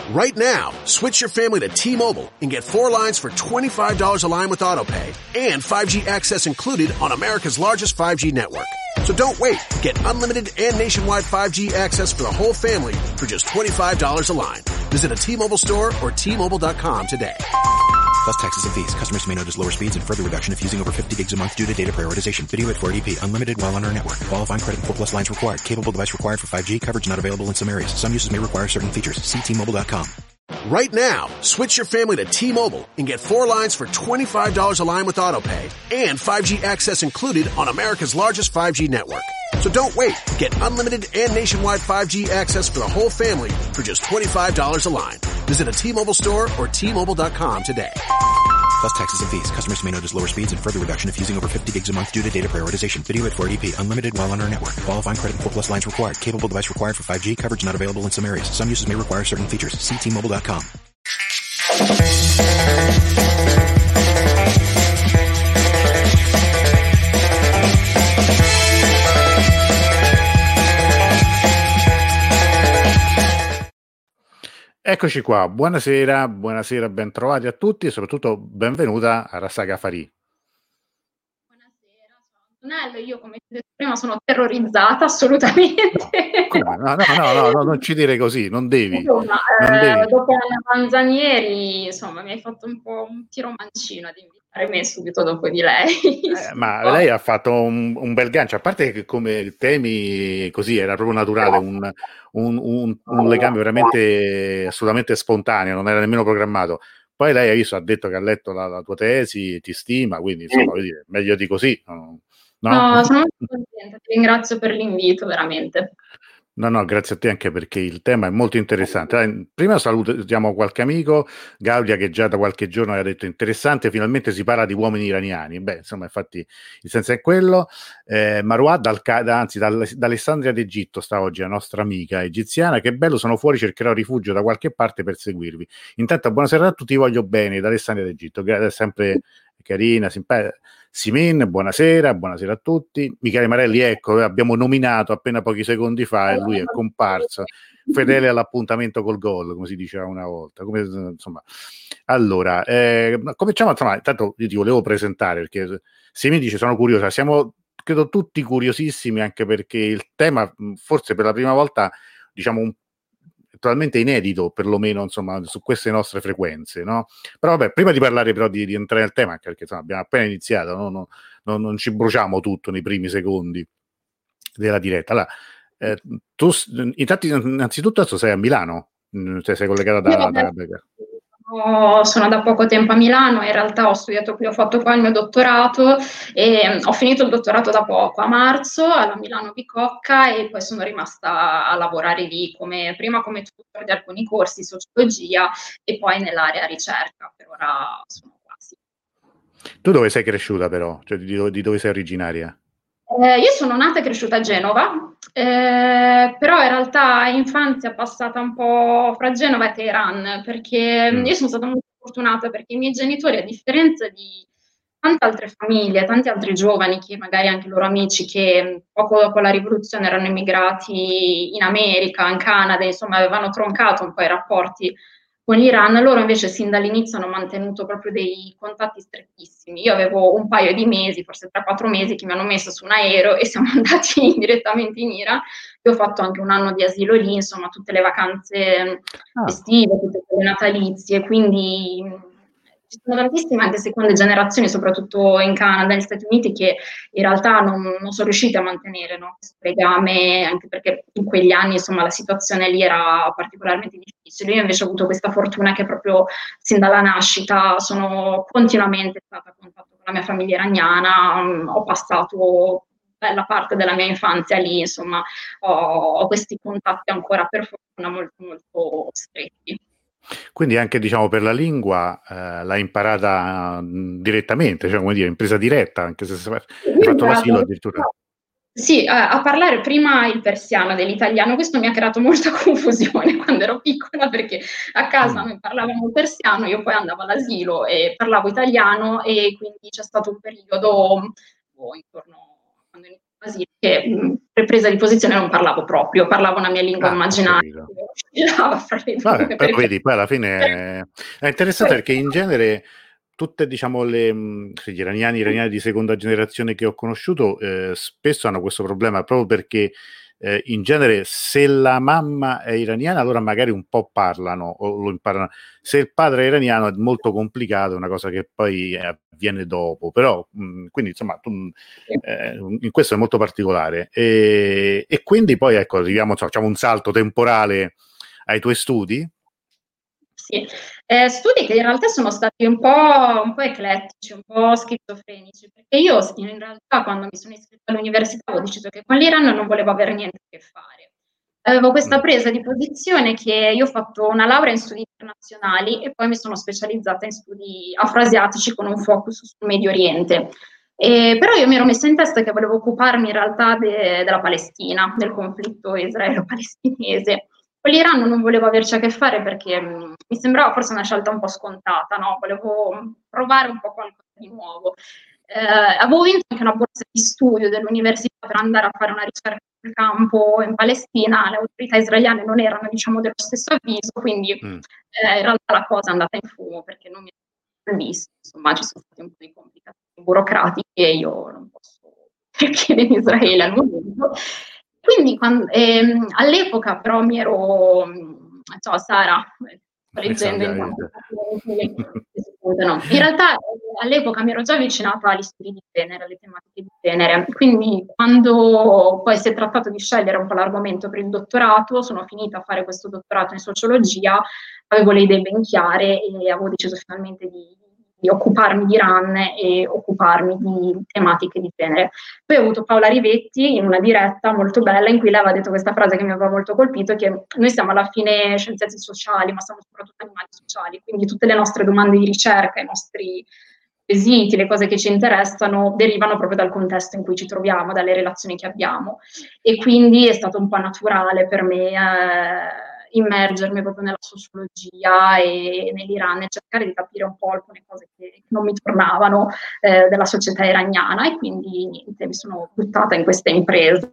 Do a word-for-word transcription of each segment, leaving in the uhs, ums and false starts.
Right now, switch your family to T-Mobile and get four lines for twenty-five dollars a line with AutoPay and five G access included on America's largest five G network. So don't wait. Get unlimited and nationwide five G access for the whole family for just twenty-five dollars a line. Visit a T-Mobile store or T Mobile dot com today. Plus taxes and fees. Customers may notice lower speeds and further reduction if using over fifty gigs a month due to data prioritization. Video at four eighty p. Unlimited while on our network. Qualifying credit and four plus lines required. Capable device required for five G. Coverage not available in some areas. Some uses may require certain features. See T Mobile dot com. Right now, switch your family to T-Mobile and get four lines for twenty-five dollars a line with AutoPay and five G access included on America's largest five G network. So don't wait. Get unlimited and nationwide five G access for the whole family for just twenty-five dollars a line. Visit a T-Mobile store or T Mobile dot com today. Plus taxes and fees. Customers may notice lower speeds and further reduction if using over fifty gigs a month due to data prioritization. Video at four eighty p. Unlimited while on our network. Qualifying credit and four plus lines required. Capable device required for five G. Coverage not available in some areas. Some uses may require certain features. See T Mobile dot com. Eccoci qua, buonasera, buonasera, ben trovati a tutti e soprattutto benvenuta a Rasaga Farì. Buonasera, sono Antonello, io come ti ho detto prima sono terrorizzata assolutamente. No, no, no, no, no, no, non ci dire così, non devi. Insomma, non eh, devi. dopo Anna Manzanieri, insomma, mi hai fatto un po' un tiro mancino ad invitare me subito dopo di lei. Eh, ma lei ha fatto un, un bel gancio, a parte che come temi così era proprio naturale, un, un, un, un legame veramente assolutamente spontaneo, non era nemmeno programmato. Poi lei ha visto, ha detto che ha letto la, la tua tesi, ti stima, quindi insomma, voglio dire, meglio di così. No? No, sono molto contenta, ti ringrazio per l'invito, veramente. No, no, grazie a te anche perché il tema è molto interessante. Dai, prima salutiamo qualche amico, Gaudia che già da qualche giorno aveva detto interessante, finalmente si parla di uomini iraniani. Beh, insomma, infatti il senso è quello. Eh, Marwa, dal, anzi dal, da Alessandria d'Egitto sta oggi la nostra amica egiziana, che bello, sono fuori, cercherò rifugio da qualche parte per seguirvi. Intanto buonasera a tutti, voglio bene da Alessandria d'Egitto, è sempre carina, simpatica. Simin, buonasera, buonasera a tutti. Michele Marelli, ecco, abbiamo nominato appena pochi secondi fa e lui è comparso, fedele all'appuntamento col gol, come si diceva una volta. Come, insomma, allora, eh, cominciamo, insomma, intanto io ti volevo presentare perché Simin dice sono curiosa, siamo credo tutti curiosissimi anche perché il tema forse per la prima volta diciamo un totalmente inedito, perlomeno insomma su queste nostre frequenze, no? Però vabbè, prima di parlare però di, di entrare nel tema, anche perché insomma, abbiamo appena iniziato, no? No, no, non ci bruciamo tutto nei primi secondi della diretta. Allora, eh, tu intanto, innanzitutto adesso sei a Milano, cioè sei collegata da, da, da... Sono da poco tempo a Milano, in realtà ho studiato qui, ho fatto qua il mio dottorato e ho finito il dottorato da poco, a marzo, alla Milano Bicocca e poi sono rimasta a lavorare lì come, prima come tutor di alcuni corsi, sociologia e poi nell'area ricerca, per ora sono quasi. Tu dove sei cresciuta però? Cioè di dove, di dove sei originaria? Eh, io sono nata e cresciuta a Genova, eh, però in realtà infanzia passata un po' fra Genova e Teheran, perché mm. io sono stata molto fortunata perché i miei genitori, a differenza di tante altre famiglie, tanti altri giovani, che magari anche i loro amici che poco dopo la rivoluzione erano emigrati in America, in Canada, insomma avevano troncato un po' i rapporti con l'Iran, loro invece sin dall'inizio hanno mantenuto proprio dei contatti strettissimi. Io avevo un paio di mesi, forse tre quattro mesi, che mi hanno messo su un aereo e siamo andati direttamente in Iran. Io ho fatto anche un anno di asilo lì, insomma, tutte le vacanze ah. estive, tutte le natalizie, quindi ci sono tantissime anche seconde generazioni, soprattutto in Canada e negli Stati Uniti, che in realtà non, non sono riuscite a mantenere, no, questo legame, anche perché in quegli anni insomma la situazione lì era particolarmente difficile. Io invece ho avuto questa fortuna che proprio sin dalla nascita sono continuamente stata a contatto con la mia famiglia iraniana, um, ho passato bella parte della mia infanzia lì, insomma ho, ho questi contatti ancora per fortuna molto molto stretti. Quindi anche diciamo per la lingua eh, l'hai imparata mh, direttamente, cioè come dire, impresa diretta, anche se hai fatto l'asilo addirittura. Sì, a, a parlare prima il persiano dell'italiano, questo mi ha creato molta confusione quando ero piccola perché a casa mm. noi parlavamo il persiano, io poi andavo all'asilo e parlavo italiano e quindi c'è stato un periodo oh, intorno quando quasi che mh, per presa di posizione non parlavo proprio, parlavo una mia lingua Ah, ho immaginaria capito. che oscillava fra le Vabbè, due, però perché vedi, poi alla fine è interessante perché in genere tutte, diciamo, le, mh, sì, gli iraniani, iraniani di seconda generazione che ho conosciuto eh, spesso hanno questo problema proprio perché eh, in genere se la mamma è iraniana allora magari un po' parlano o lo imparano. Se il padre è iraniano è molto complicato, è una cosa che poi eh, avviene dopo, però mh, quindi insomma tu, eh, in questo è molto particolare e, e quindi poi ecco arriviamo, facciamo un salto temporale ai tuoi studi. Sì, eh, studi che in realtà sono stati un po', un po' eclettici, un po' schizofrenici, perché io in realtà quando mi sono iscritta all'università ho deciso che con l'Iran non volevo avere niente a che fare. Avevo questa Mm. presa di posizione che io ho fatto una laurea in studi internazionali e poi mi sono specializzata in studi afroasiatici con un focus sul Medio Oriente. E, però io mi ero messa in testa che volevo occuparmi in realtà de- della Palestina, del conflitto israelo-palestinese. Con l'Iran non volevo averci a che fare perché mh, mi sembrava forse una scelta un po' scontata, no? Volevo provare un po' qualcosa di nuovo. Eh, avevo vinto anche una borsa di studio dell'università per andare a fare una ricerca sul campo in Palestina, le autorità israeliane non erano, diciamo, dello stesso avviso, quindi Mm. eh, in realtà la cosa è andata in fumo perché non mi è visto, insomma ci sono stati un po' di complicazioni burocratiche e io non posso chiedere in Israele al momento. Quindi quando, ehm, all'epoca però mi ero, ciao Sara, sto leggendo intanto. In realtà all'epoca mi ero già avvicinata agli studi di genere, alle tematiche di genere, quindi quando poi si è trattato di scegliere un po' l'argomento per il dottorato, sono finita a fare questo dottorato in sociologia, avevo le idee ben chiare e avevo deciso finalmente di, di occuparmi di Iran e occuparmi di tematiche di genere. Poi ho avuto Paola Rivetti in una diretta molto bella in cui lei aveva detto questa frase che mi aveva molto colpito, che noi siamo alla fine scienziati sociali, ma siamo soprattutto animali sociali, quindi tutte le nostre domande di ricerca, i nostri quesiti, le cose che ci interessano derivano proprio dal contesto in cui ci troviamo, dalle relazioni che abbiamo. E quindi è stato un po' naturale per me eh, immergermi proprio nella sociologia e nell'Iran e cercare di capire un po' alcune cose che non mi tornavano eh, della società iraniana e quindi niente, mi sono buttata in questa impresa.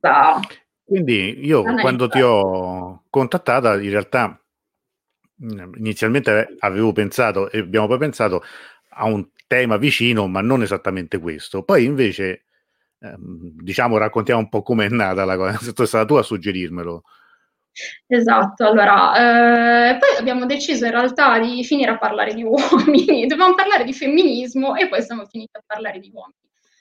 Quindi io quando ti ho contattata in realtà inizialmente avevo pensato e abbiamo poi pensato a un tema vicino ma non esattamente questo, poi invece ehm, diciamo raccontiamo un po' come è nata la cosa, sei stata tu a suggerirmelo. Esatto, allora, eh, poi abbiamo deciso in realtà di finire a parlare di uomini, dovevamo parlare di femminismo e poi siamo finiti a parlare di uomini.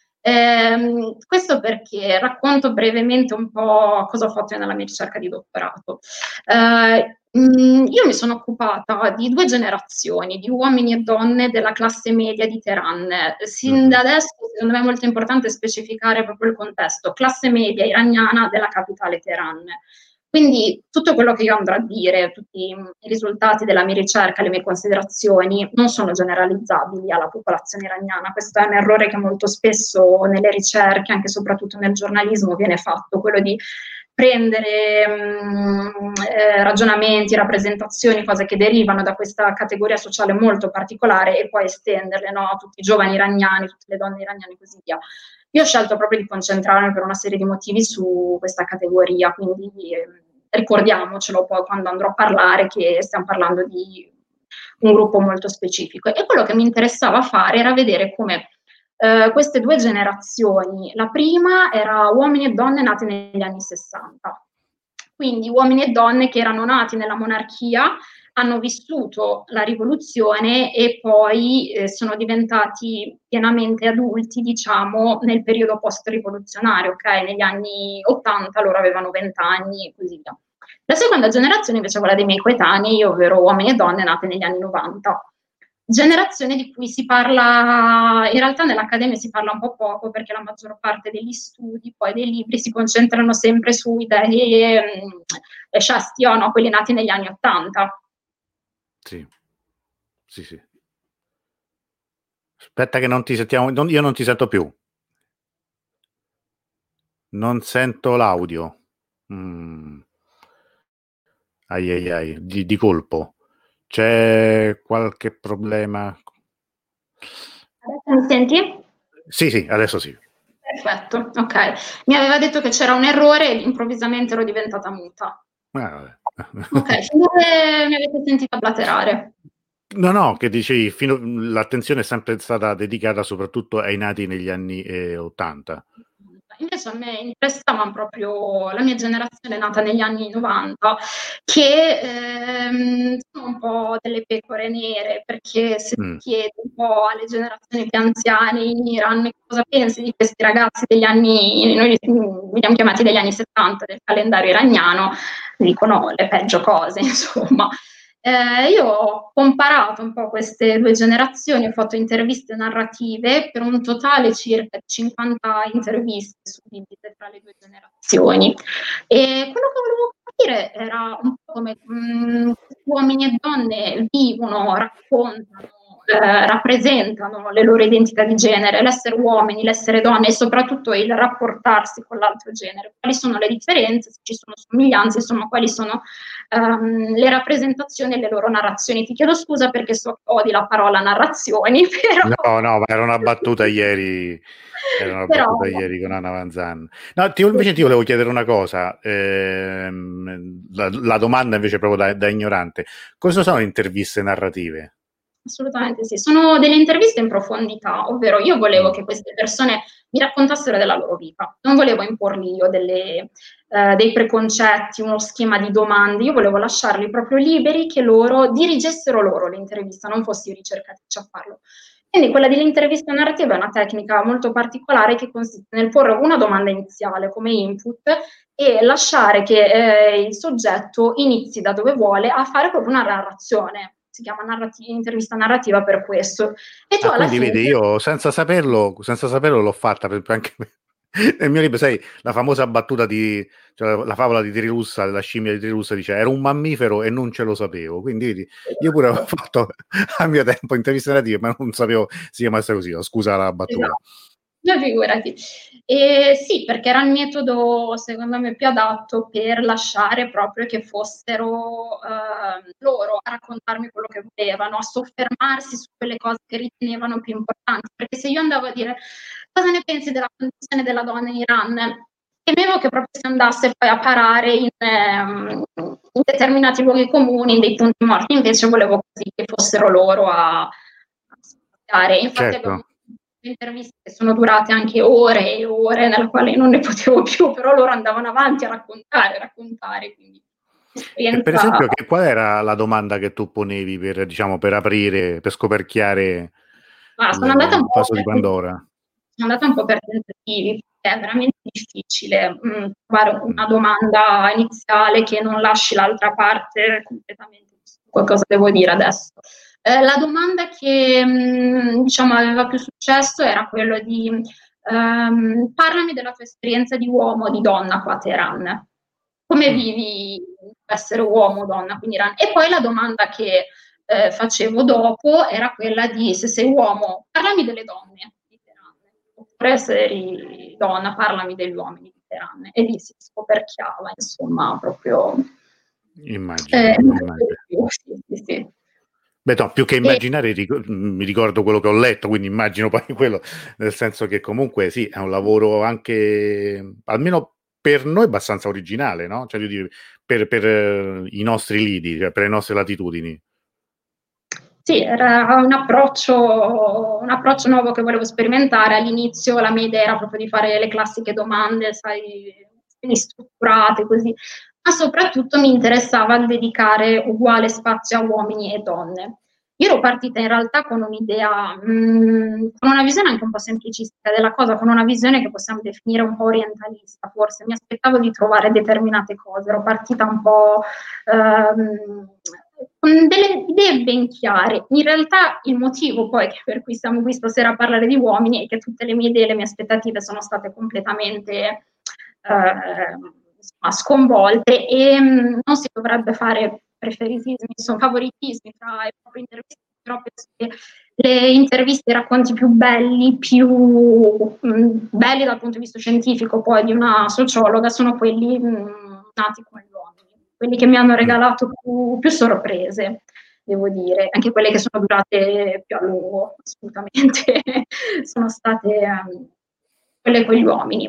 Eh, questo perché racconto brevemente un po' cosa ho fatto nella mia ricerca di dottorato. Eh, mh, io mi sono occupata di due generazioni, di uomini e donne della classe media di Teheran. Sin da adesso, secondo me, è molto importante specificare proprio il contesto, classe media iraniana della capitale Teheran. Quindi tutto quello che io andrò a dire, tutti i risultati della mia ricerca, le mie considerazioni, non sono generalizzabili alla popolazione iraniana. Questo è un errore che molto spesso nelle ricerche, anche soprattutto nel giornalismo, viene fatto, quello di prendere mh, eh, ragionamenti, rappresentazioni, cose che derivano da questa categoria sociale molto particolare e poi estenderle, no, a tutti i giovani iraniani, tutte le donne iraniane e così via. Io ho scelto proprio di concentrarmi per una serie di motivi su questa categoria, quindi eh, ricordiamocelo poi quando andrò a parlare che stiamo parlando di un gruppo molto specifico. E quello che mi interessava fare era vedere come eh, queste due generazioni, la prima era uomini e donne nati negli anni sessanta, quindi uomini e donne che erano nati nella monarchia, hanno vissuto la rivoluzione e poi eh, sono diventati pienamente adulti, diciamo, nel periodo post-rivoluzionario, ok? Negli anni ottanta loro avevano venti anni e così via. La seconda generazione invece è quella dei miei coetanei, ovvero uomini e donne nate negli anni novanta. Generazione di cui si parla, in realtà nell'accademia si parla un po' poco perché la maggior parte degli studi, poi dei libri si concentrano sempre sui dei eh, Chastillon, no? Quelli nati negli anni ottanta. Sì, sì, sì. Aspetta che non ti sentiamo, non, io non ti sento più. Non sento l'audio. Mm. Ai ai ai, di, di colpo. C'è qualche problema? Adesso mi senti? Sì, sì, adesso sì. Perfetto, ok. Mi aveva detto che c'era un errore e improvvisamente ero diventata muta. Ah, Ok, finché mi avete sentita blaterare. No, no, che dicevi, fino, l'attenzione è sempre stata dedicata soprattutto ai nati negli anni eh, ottanta. Invece a me interessava proprio la mia generazione nata negli anni novanta, che ehm, sono un po' delle pecore nere, perché se Mm. ti chiedi un po' alle generazioni più anziane in Iran cosa pensi di questi ragazzi degli anni, noi li abbiamo chiamati degli anni settanta del calendario iraniano, dicono le peggio cose, insomma. Eh, io ho comparato un po' queste due generazioni, ho fatto interviste narrative per un totale circa cinquanta interviste suddivise tra le due generazioni. E quello che volevo capire era un po' come mh, uomini e donne vivono, raccontano, eh, rappresentano le loro identità di genere, l'essere uomini, l'essere donne e soprattutto il rapportarsi con l'altro genere. Quali sono le differenze, se ci sono somiglianze, insomma, quali sono um, le rappresentazioni e le loro narrazioni. Ti chiedo scusa perché so che odi la parola narrazioni, però... No, no, ma era una battuta ieri, era una però... battuta ieri con Anna Vanzan. No, ti, invece ti volevo chiedere una cosa, ehm, la, la domanda invece proprio da, da ignorante. Cosa sono interviste narrative? Assolutamente sì, sono delle interviste in profondità, ovvero io volevo Mm. che queste persone mi raccontassero della loro vita, non volevo imporgli io delle, eh, dei preconcetti, uno schema di domande, io volevo lasciarli proprio liberi, che loro dirigessero loro l'intervista, non fossi io ricercatrice a farlo. Quindi quella dell'intervista narrativa è una tecnica molto particolare che consiste nel porre una domanda iniziale come input e lasciare che eh, il soggetto inizi da dove vuole a fare proprio una narrazione. Si chiama narrati- intervista narrativa per questo. E tu Ah, alla quindi fine... vedi, io senza saperlo, senza saperlo l'ho fatta, per esempio, anche nel mio libro, sai, la famosa battuta di, cioè, la favola di Trilussa, della scimmia di Trilussa, dice, era un mammifero e non ce lo sapevo, quindi vedi, io pure avevo fatto a mio tempo interviste narrative, ma non sapevo si chiamasse così, scusa la battuta. Esatto. No, figurati. E sì, perché era il metodo, secondo me, più adatto per lasciare proprio che fossero eh, loro a raccontarmi quello che volevano, a soffermarsi su quelle cose che ritenevano più importanti. Perché se io andavo a dire cosa ne pensi della condizione della donna in Iran, temevo che proprio si andasse poi a parare in, ehm, in determinati luoghi comuni, in dei punti morti. Invece volevo così che fossero loro a, a spiegare. Infatti abbiamo Certo. interviste che sono durate anche ore e ore, nella quale non ne potevo più, però loro andavano avanti a raccontare, raccontare, quindi E per esperienza... esempio, che, qual era la domanda che tu ponevi per, diciamo, per aprire, per scoperchiare Ah, il, sono andata un il po' vaso di per, Pandora? sono andata un po' per tentativi, perché è veramente difficile mh, trovare Mm. una domanda iniziale che non lasci l'altra parte completamente. Cosa devo dire adesso? Eh, la domanda che mh, diciamo aveva più successo era quello di ehm, parlami della tua esperienza di uomo o di donna qua a Teheran. Come Mm. vivi essere uomo o donna qui in Iran? E poi la domanda che eh, facevo dopo era quella di se sei uomo, parlami delle donne di Teheran, oppure se eri donna, parlami degli uomini di Teheran. E lì si scoperchiava, insomma, proprio... Immagino, Eh, immagino. sì, sì, sì. Beh, no, più che E, immaginare, ric- mi ricordo quello che ho letto, quindi immagino poi quello, nel senso che comunque sì, è un lavoro anche, almeno per noi, abbastanza originale, no? Cioè, voglio dire, per, per eh, i nostri lidi, cioè per le nostre latitudini. Sì, era un approccio, un approccio nuovo che volevo sperimentare. All'inizio la mia idea era proprio di fare le classiche domande, sai, strutturate così, ma soprattutto mi interessava dedicare uguale spazio a uomini e donne. Io ero partita in realtà con un'idea, mh, con una visione anche un po' semplicistica della cosa, con una visione che possiamo definire un po' orientalista, forse. Mi aspettavo di trovare determinate cose, ero partita un po' ehm, con delle idee ben chiare. In realtà il motivo poi che per cui siamo qui stasera a parlare di uomini è che tutte le mie idee, le mie aspettative sono state completamente eh, insomma, sconvolte e mh, non si dovrebbe fare preferitismi, insomma, favoritismi tra i propri intervisti, però penso che le interviste, i racconti più belli, più mh, belli dal punto di vista scientifico poi di una sociologa sono quelli mh, nati con gli uomini, quelli che mi hanno Mm. regalato più, più sorprese, devo dire, anche quelle che sono durate più a lungo, assolutamente, sono state um, quelle con gli uomini.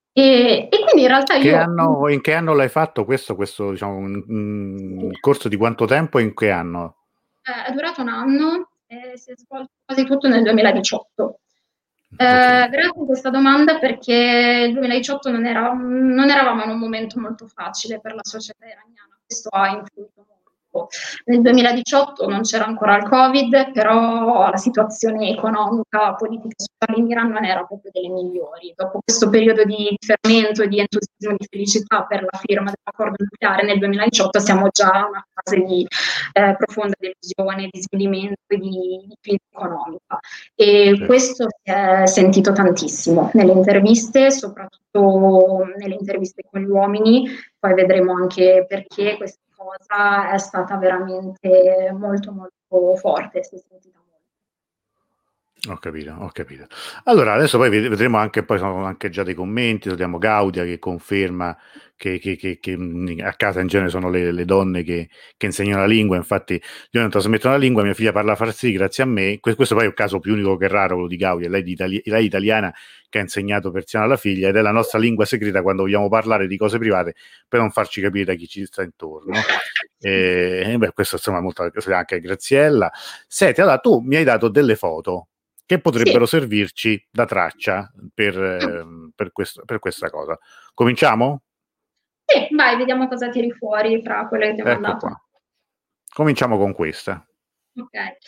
E, e quindi in realtà che io... anno, in che anno l'hai fatto questo, questo diciamo, un, un corso di quanto tempo e in che anno? Eh, è durato un anno e si è svolto quasi tutto nel duemiladiciotto. Eh, Okay. grazie a questa domanda, perché il duemiladiciotto non, era, non eravamo in un momento molto facile per la società iraniana, questo ha influito molto. Nel duemiladiciotto non c'era ancora il Covid, però la situazione economica, politica e sociale in Iran non era proprio delle migliori. Dopo questo periodo di fermento e di entusiasmo e di felicità per la firma dell'accordo nucleare, nel duemiladiciotto siamo già a una fase di eh, profonda delusione, di svilimento e di, di crisi economica. E Certo. questo si è sentito tantissimo nelle interviste, soprattutto nelle interviste con gli uomini, poi vedremo anche perché questa cosa è stata veramente molto molto forte, si è sentita molto. Ho capito, ho capito. Allora, adesso poi ved- vedremo anche, poi sono anche già dei commenti, abbiamo Gaudia che conferma che, che- che- che, mh, a casa in genere sono le, le donne che, che insegnano la lingua, infatti io non trasmettono la lingua, mia figlia parla farsi grazie a me. Que- questo poi è un caso più unico che raro, quello di Gaudia, lei, di itali- lei italiana che ha insegnato persiano alla figlia, ed è la nostra lingua segreta quando vogliamo parlare di cose private per non farci capire da chi ci sta intorno. E, e beh, questo insomma molto anche Graziella. Senti, allora tu mi hai dato delle foto che potrebbero Sì. servirci da traccia per, eh, per, questo, per questa cosa. Cominciamo? Sì, vai, vediamo cosa tiri fuori fra quelle che ti ho Ecco mandato. qua. Cominciamo con questa. Ok.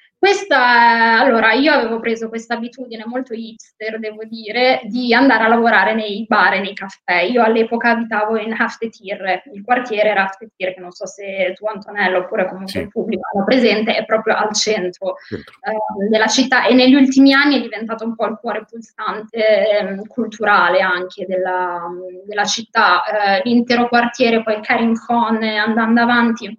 Questa, allora, io avevo preso questa abitudine molto hipster, devo dire, di andare a lavorare nei bar e nei caffè. Io all'epoca abitavo in Haftetir, il quartiere era Haftetir, che non so se tu, Antonello, oppure comunque Sì, il pubblico hanno presente, è proprio al centro dentro. eh, della città, e negli ultimi anni è diventato un po' il cuore pulsante eh, culturale anche della, della città. Eh, l'intero quartiere, poi Karim Khan, andando avanti,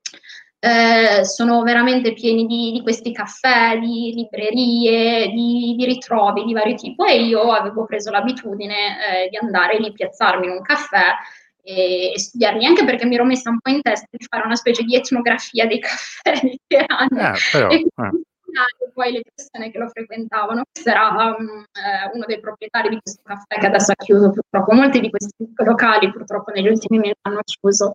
Eh, sono veramente pieni di, di questi caffè, di librerie, di, di ritrovi di vario tipo, e io avevo preso l'abitudine eh, di andare lì, piazzarmi in un caffè e, e studiarli, anche perché mi ero messa un po' in testa di fare una specie di etnografia dei caffè mediterranei Eh, però, e eh. quindi poi le persone che lo frequentavano. Questo era um, eh, uno dei proprietari di questo caffè che adesso ha chiuso, purtroppo. Molti di questi locali purtroppo negli ultimi mesi hanno chiuso,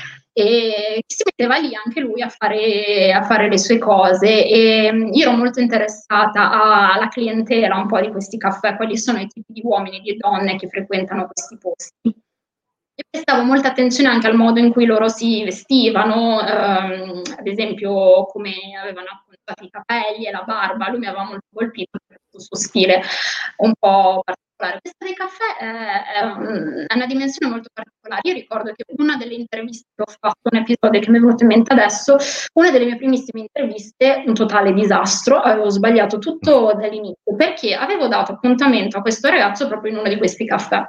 e si metteva lì anche lui a fare, a fare le sue cose, e io ero molto interessata alla clientela un po' di questi caffè, quali sono i tipi di uomini e di donne che frequentano questi posti. E prestavo molta attenzione anche al modo in cui loro si vestivano, ehm, ad esempio come avevano appuntato i capelli e la barba. Lui mi aveva molto colpito per questo suo stile un po' particolare. Questa dei caffè è, è una dimensione molto particolare. Io ricordo che una delle interviste che ho fatto, un episodio che mi è venuto in mente adesso, una delle mie primissime interviste, un totale disastro, avevo sbagliato tutto dall'inizio, perché avevo dato appuntamento a questo ragazzo proprio in uno di questi caffè.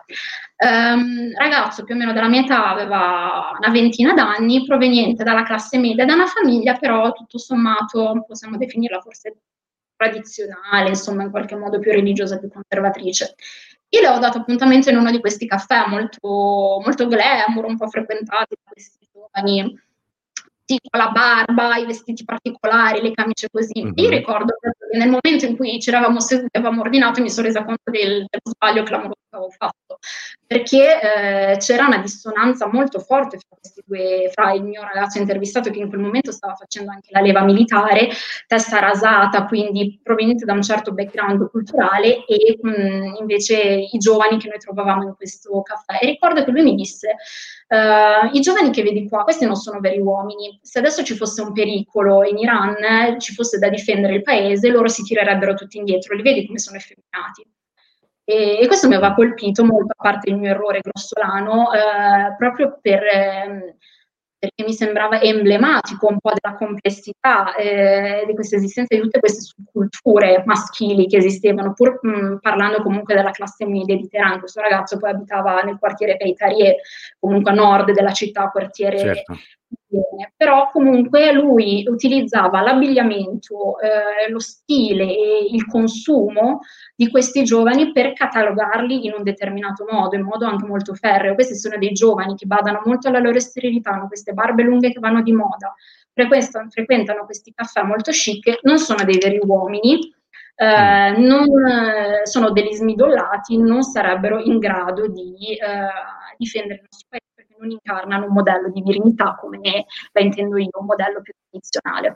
Um, ragazzo più o meno della mia età, aveva una ventina d'anni, proveniente dalla classe media, da una famiglia però tutto sommato, possiamo definirla forse tradizionale, insomma in qualche modo più religiosa, più conservatrice. Io le ho dato appuntamento in uno di questi caffè molto, molto glamour, un po' frequentati da questi giovani, sì, con la barba, i vestiti particolari, le camicie così. Mm-hmm. Io ricordo che nel momento in cui ci eravamo seduti e avevamo ordinato, mi sono resa conto del, dello sbaglio clamoroso che avevo fatto, perché eh, c'era una dissonanza molto forte fra questi due, fra il mio ragazzo intervistato, che in quel momento stava facendo anche la leva militare, testa rasata, quindi proveniente da un certo background culturale, e mh, invece i giovani che noi trovavamo in questo caffè. E ricordo che lui mi disse: Uh, i giovani che vedi qua, questi non sono veri uomini. Se adesso ci fosse un pericolo in Iran, eh, ci fosse da difendere il paese, loro si tirerebbero tutti indietro. Li vedi come sono effeminati? E, e questo mi aveva colpito molto, a parte il mio errore grossolano, eh, proprio per, eh, perché mi sembrava emblematico un po' della complessità eh, di questa esistenza di tutte queste subculture maschili che esistevano, pur mh, parlando comunque della classe media di Teheran. Questo ragazzo poi abitava nel quartiere Peitarie, comunque a nord della città, quartiere... Certo. Però comunque lui utilizzava l'abbigliamento, eh, lo stile e il consumo di questi giovani per catalogarli in un determinato modo, in modo anche molto ferreo. Questi sono dei giovani che badano molto alla loro esterilità, hanno queste barbe lunghe che vanno di moda, frequentano, frequentano questi caffè molto chic, non sono dei veri uomini, eh, mm. non sono degli smidollati, non sarebbero in grado di eh, difendere il nostro paese, perché non incarnano un modello di virilità come la intendo io, un modello più tradizionale.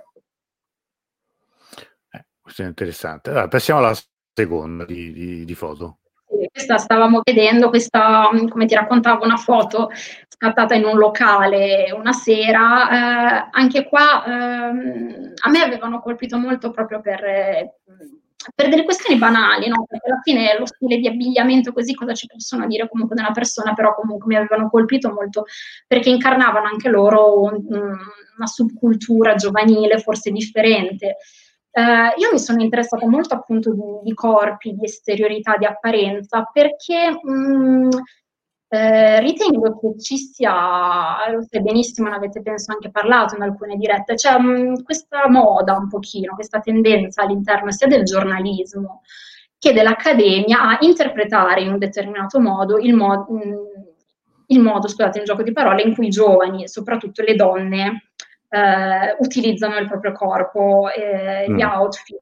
Eh, questo è interessante. Allora, passiamo alla seconda di, di, di foto. Questa stavamo vedendo, questa, come ti raccontavo, una foto scattata in un locale una sera, eh, anche qua eh, a me avevano colpito molto proprio per, eh, per delle questioni banali, no? Perché alla fine lo stile di abbigliamento così cosa ci possono dire comunque della persona, però comunque mi avevano colpito molto perché incarnavano anche loro un, una subcultura giovanile forse differente. Uh, io mi sono interessata molto appunto di, di corpi, di esteriorità, di apparenza, perché mh, eh, ritengo che ci sia, lo sai benissimo, ne avete penso anche parlato in alcune dirette, c'è mh, questa moda un pochino, questa tendenza all'interno sia del giornalismo che dell'accademia a interpretare in un determinato modo il, mo- mh, il modo, scusate, il gioco di parole, in cui i giovani e soprattutto le donne Uh, utilizzano il proprio corpo, eh, mm. gli outfit.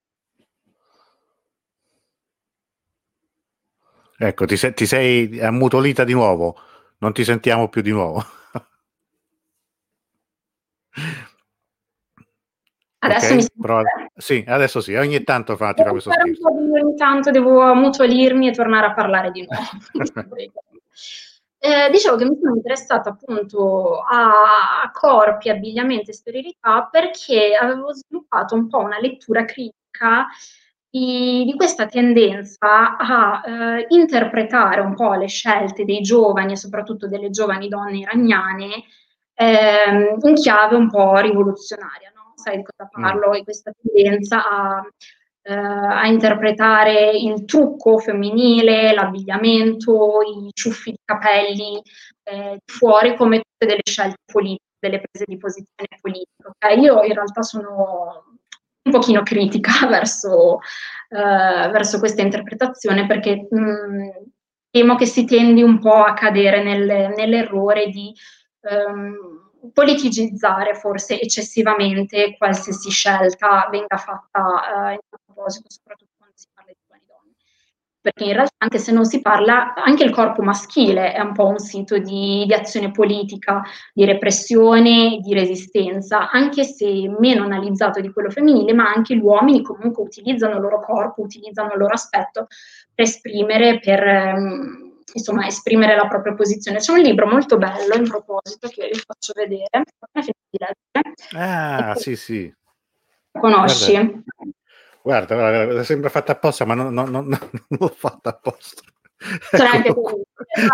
Ecco, ti, se- ti sei ammutolita di nuovo, non ti sentiamo più di nuovo. Adesso okay, mi prova... Sì, adesso sì, ogni tanto fa, ti fa questo scherzo. Ogni tanto devo ammutolirmi e tornare a parlare di nuovo. Eh, dicevo che mi sono interessata appunto a, a corpi, abbigliamento e sterilità perché avevo sviluppato un po' una lettura critica di, di questa tendenza a eh, interpretare un po' le scelte dei giovani e soprattutto delle giovani donne iraniane eh, in chiave un po' rivoluzionaria, no? Sai di cosa parlo? Mm. E questa tendenza a Uh, a interpretare il trucco femminile, l'abbigliamento, i ciuffi di capelli eh, fuori come tutte delle scelte politiche, delle prese di posizione politiche. Okay? Io in realtà sono un pochino critica verso, uh, verso questa interpretazione perché mh, temo che si tendi un po' a cadere nel, nell'errore di um, politicizzare forse eccessivamente qualsiasi scelta venga fatta eh, in proposito, soprattutto quando si parla di giovani donne. Perché in realtà, anche se non si parla, anche il corpo maschile è un po' un sito di, di azione politica, di repressione, di resistenza, anche se meno analizzato di quello femminile, ma anche gli uomini comunque utilizzano il loro corpo, utilizzano il loro aspetto per esprimere, per... Um, insomma, esprimere la propria posizione. C'è un libro molto bello, in proposito, che vi faccio vedere. Ah, sì, sì. Conosci? Guarda, guarda, guarda, sembra fatta apposta, ma non, non, non, non l'ho fatta apposta. C'è anche tu.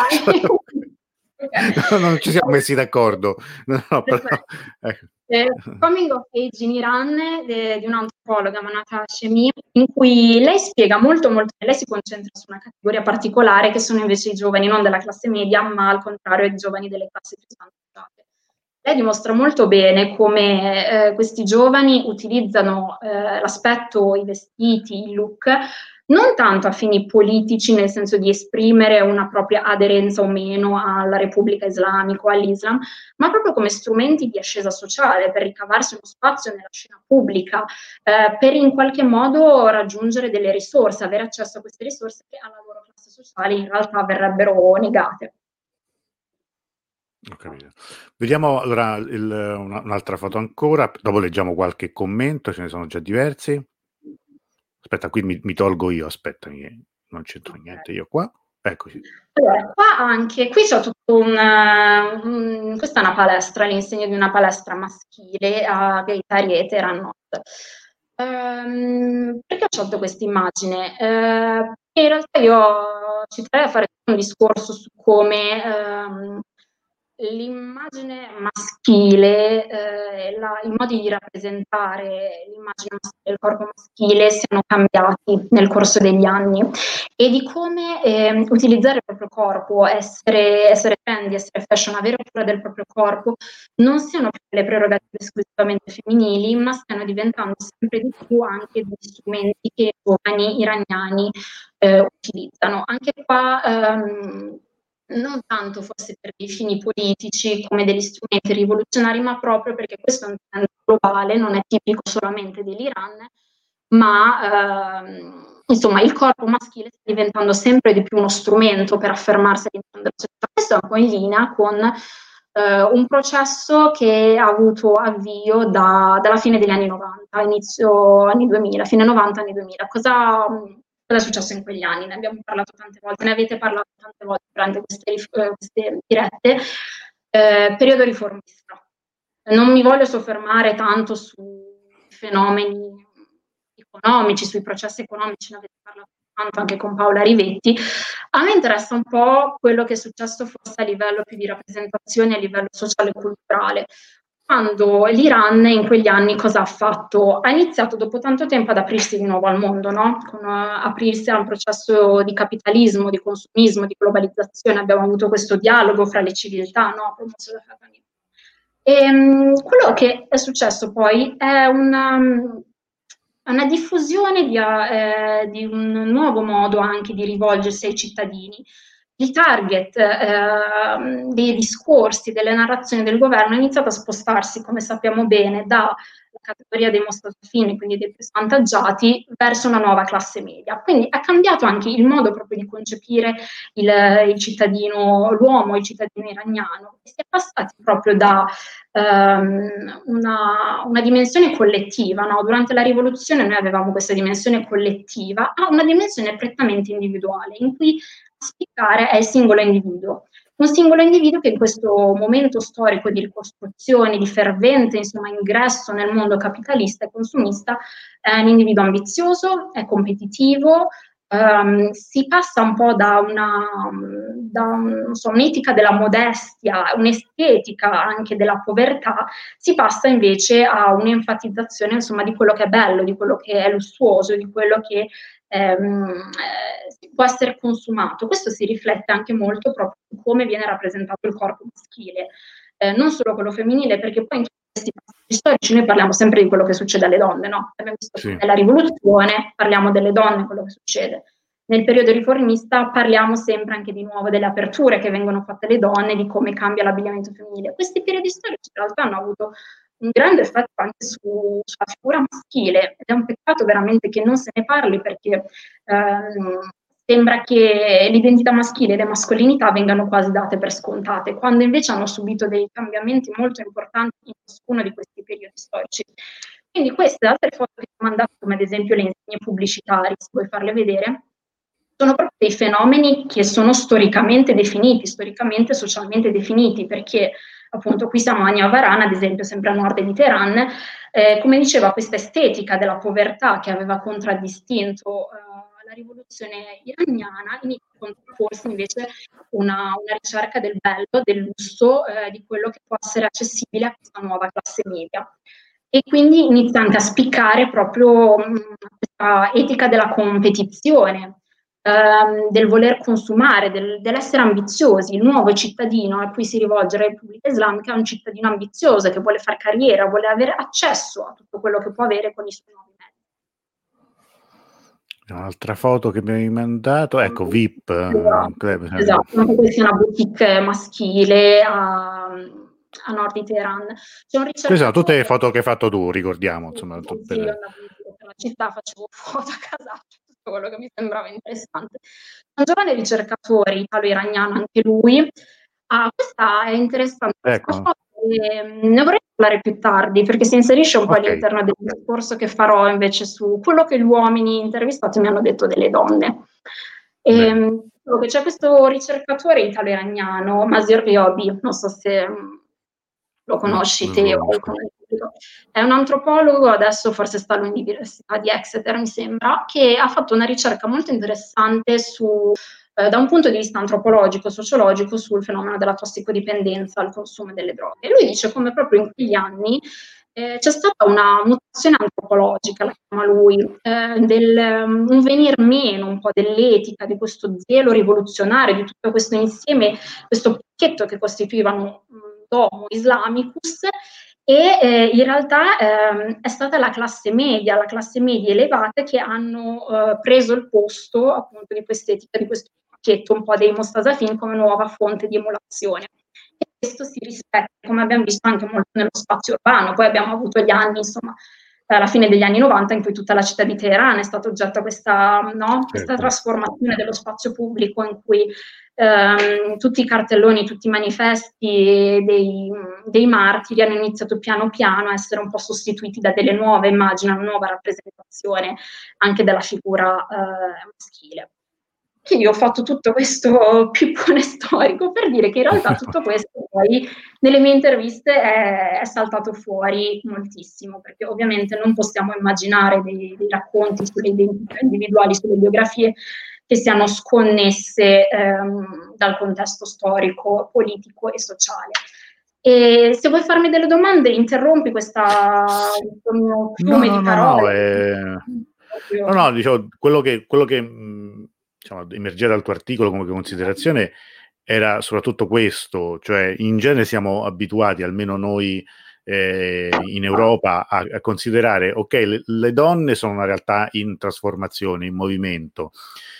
Okay. Non ci siamo messi d'accordo. No, no, però, ecco. eh, Coming of Age in Iran de, di un'antropologa, Manat Hashemi, in cui lei spiega molto, molto, lei si concentra su una categoria particolare che sono invece i giovani non della classe media, ma al contrario i giovani delle classi più svantaggiate. Lei dimostra molto bene come eh, questi giovani utilizzano eh, l'aspetto, i vestiti, il look, non tanto a fini politici, nel senso di esprimere una propria aderenza o meno alla Repubblica Islamica o all'Islam, ma proprio come strumenti di ascesa sociale, per ricavarsi uno spazio nella scena pubblica, eh, per in qualche modo raggiungere delle risorse, avere accesso a queste risorse che alla loro classe sociale in realtà verrebbero negate. Ho capito. Vediamo allora il, una, un'altra foto ancora, dopo leggiamo qualche commento, ce ne sono già diversi. Aspetta, qui mi, mi tolgo io, aspetta, non c'entro okay. niente io qua. Eccoci. Allora, qua anche, qui c'è tutto un, un... questa è una palestra, l'insegno di una palestra maschile a Gaetari e Teheran. Um, perché ho scelto questa immagine? Uh, in realtà io ci terrei a fare un discorso su come um, l'immagine maschile, eh, la, i modi di rappresentare l'immagine maschile, il corpo maschile siano cambiati nel corso degli anni e di come eh, utilizzare il proprio corpo, essere, essere trendy, essere fashion, avere cura del proprio corpo, non siano più le prerogative esclusivamente femminili, ma stiano diventando sempre di più anche degli strumenti che i giovani iraniani eh, utilizzano. Anche qua ehm, non tanto forse per dei fini politici come degli strumenti rivoluzionari, ma proprio perché questo è un trend globale, non è tipico solamente dell'Iran, ma ehm, insomma il corpo maschile sta diventando sempre di più uno strumento per affermarsi all'interno della società. Questo è un po' in linea con eh, un processo che ha avuto avvio da, dalla fine degli anni novanta, inizio anni duemila, fine novanta, anni duemila. Cosa, cosa è successo in quegli anni? Ne abbiamo parlato tante volte, ne avete parlato tante volte durante queste, eh, queste dirette. Eh, periodo riformista. Non mi voglio soffermare tanto sui fenomeni economici, sui processi economici, ne avete parlato tanto anche con Paola Rivetti. A me interessa un po' quello che è successo forse a livello più di rappresentazione, a livello sociale e culturale. Quando l'Iran in quegli anni cosa ha fatto? Ha iniziato dopo tanto tempo ad aprirsi di nuovo al mondo, no? Con, uh, aprirsi a un processo di capitalismo, di consumismo, di globalizzazione. Abbiamo avuto questo dialogo fra le civiltà, no? Promosso da Khatami. E um, quello che è successo poi è una, una diffusione di, eh, di un nuovo modo anche di rivolgersi ai cittadini. Il target eh, dei discorsi, delle narrazioni del governo è iniziato a spostarsi, come sappiamo bene, dalla categoria dei mostacini, quindi dei più svantaggiati, verso una nuova classe media. Quindi è cambiato anche il modo proprio di concepire il, il cittadino, l'uomo, il cittadino iraniano. E si è passati proprio da um, una, una dimensione collettiva, no? Durante la rivoluzione noi avevamo questa dimensione collettiva, a una dimensione prettamente individuale, in cui a spiccare è il singolo individuo. Un singolo individuo che in questo momento storico di ricostruzione, di fervente insomma, ingresso nel mondo capitalista e consumista, è un individuo ambizioso, è competitivo, um, si passa un po' da, una, da un, non so, un'etica della modestia, un'estetica anche della povertà, si passa invece a un'enfatizzazione insomma, di quello che è bello, di quello che è lussuoso, di quello che Ehm, eh, può essere consumato. Questo si riflette anche molto proprio su come viene rappresentato il corpo maschile, eh, non solo quello femminile, perché poi in questi passaggi storici noi parliamo sempre di quello che succede alle donne, no? Abbiamo visto Sì. nella rivoluzione, parliamo delle donne, quello che succede. Nel periodo riformista parliamo sempre anche di nuovo delle aperture che vengono fatte alle donne, di come cambia l'abbigliamento femminile. Questi periodi storici in realtà hanno avuto un grande effetto anche su, sulla figura maschile, ed è un peccato veramente che non se ne parli, perché ehm, sembra che l'identità maschile e le mascolinità vengano quasi date per scontate, quando invece hanno subito dei cambiamenti molto importanti in ciascuno di questi periodi storici. Quindi queste altre foto che ho mandato, come ad esempio le insegne pubblicitarie, se vuoi farle vedere, sono proprio dei fenomeni che sono storicamente definiti, storicamente e socialmente definiti, perché appunto qui siamo a Niavaran, ad esempio, sempre a nord di Teheran, eh, come diceva, questa estetica della povertà che aveva contraddistinto eh, la rivoluzione iraniana inizia a contrapporsi invece una, una ricerca del bello, del lusso, eh, di quello che può essere accessibile a questa nuova classe media. E quindi inizia anche a spiccare proprio mh, questa etica della competizione, ehm, del voler consumare, del, dell'essere ambiziosi. Il nuovo cittadino a cui si rivolge la Repubblica Islamica è un cittadino ambizioso che vuole fare carriera, vuole avere accesso a tutto quello che può avere con i suoi nuovi mezzi. Un'altra foto che mi hai mandato, ecco, V I P. Esatto, esatto. Anche questa è una boutique maschile a, a nord di Teheran. C'è un Queste sono tutte le foto che hai fatto tu, ricordiamo. Insomma, sì, tutte sì, le... io andavo in giro per la città, facevo foto a casaccio, tutto quello che mi sembrava interessante. Un giovane ricercatore italo-iraniano, anche lui. Ah, questa è interessante. Ecco. Questa foto, eh, ne vorrei parlare più tardi, perché si inserisce un po' Okay. all'interno del discorso che farò invece su quello che gli uomini intervistati mi hanno detto delle donne. E, c'è questo ricercatore italo-iraniano, Masir Riobi, non so se lo conosci no, te lo o lo conosci. È un antropologo, adesso forse sta all'Università di Exeter, mi sembra, che ha fatto una ricerca molto interessante su, eh, da un punto di vista antropologico, sociologico, sul fenomeno della tossicodipendenza al consumo delle droghe. E lui dice come proprio in quegli anni eh, c'è stata una mutazione antropologica, la chiama lui, eh, del, um, un venir meno un po' dell'etica, di questo zelo rivoluzionario, di tutto questo insieme, questo pacchetto che costituivano um, Domo Islamicus, e eh, in realtà ehm, è stata la classe media, la classe media elevata che hanno eh, preso il posto appunto di quest'etica, di questo pacchetto un po' dei Mostasafin come nuova fonte di emulazione. E questo si rispetta, come abbiamo visto anche molto nello spazio urbano. Poi abbiamo avuto gli anni, insomma, alla fine degli anni novanta, in cui tutta la città di Teheran è stata oggetto a questa, no, questa Certo. trasformazione dello spazio pubblico, in cui ehm, tutti i cartelloni, tutti i manifesti dei, dei martiri hanno iniziato piano piano a essere un po' sostituiti da delle nuove immagini, una nuova rappresentazione anche della figura eh, maschile. Quindi ho fatto tutto questo pippone storico per dire che in realtà tutto questo poi nelle mie interviste è, è saltato fuori moltissimo, perché ovviamente non possiamo immaginare dei, dei racconti sulle identità individuali, sulle biografie che siano sconnesse ehm, dal contesto storico, politico e sociale. E se vuoi farmi delle domande, interrompi questa, questo mio fiume No, no, di no, no, parole. eh, no, no, diciamo, quello che, quello che mh, diciamo, emergeva dal tuo articolo come considerazione era soprattutto questo, cioè in genere siamo abituati, almeno noi eh, in Europa, a, a considerare, ok, le, le donne sono una realtà in trasformazione, in movimento,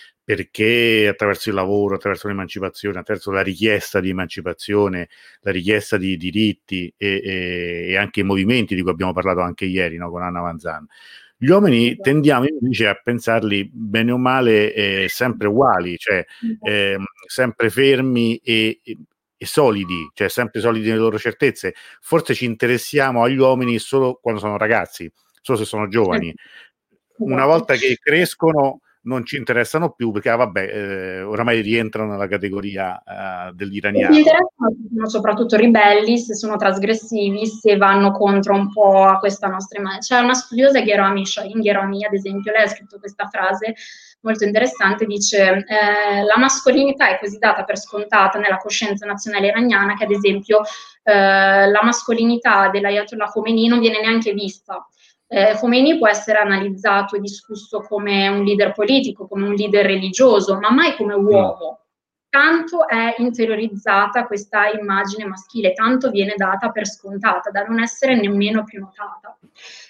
perché attraverso il lavoro, attraverso l'emancipazione, attraverso la richiesta di emancipazione, la richiesta di diritti e, e, e anche i movimenti di cui abbiamo parlato anche ieri, no, con Anna Manzan. Gli uomini tendiamo invece a pensarli bene o male eh, sempre uguali, cioè eh, sempre fermi e, e, e solidi, cioè sempre solidi nelle loro certezze. Forse ci interessiamo agli uomini solo quando sono ragazzi, solo se sono giovani. Una volta che crescono non ci interessano più perché ah, vabbè, eh, oramai rientrano nella categoria uh, dell'iraniano. Mi interessano soprattutto ribelli, se sono trasgressivi, se vanno contro un po' a questa nostra immagine. C'è una studiosa, Gherami, Shahin Gherami, ad esempio, lei ha scritto questa frase molto interessante, dice eh, la mascolinità è così data per scontata nella coscienza nazionale iraniana che ad esempio eh, la mascolinità dell'Ayatollah Khomeini non viene neanche vista. Eh, Khomeini può essere analizzato e discusso come un leader politico, come un leader religioso, ma mai come uomo. Tanto è interiorizzata questa immagine maschile, tanto viene data per scontata, da non essere nemmeno più notata.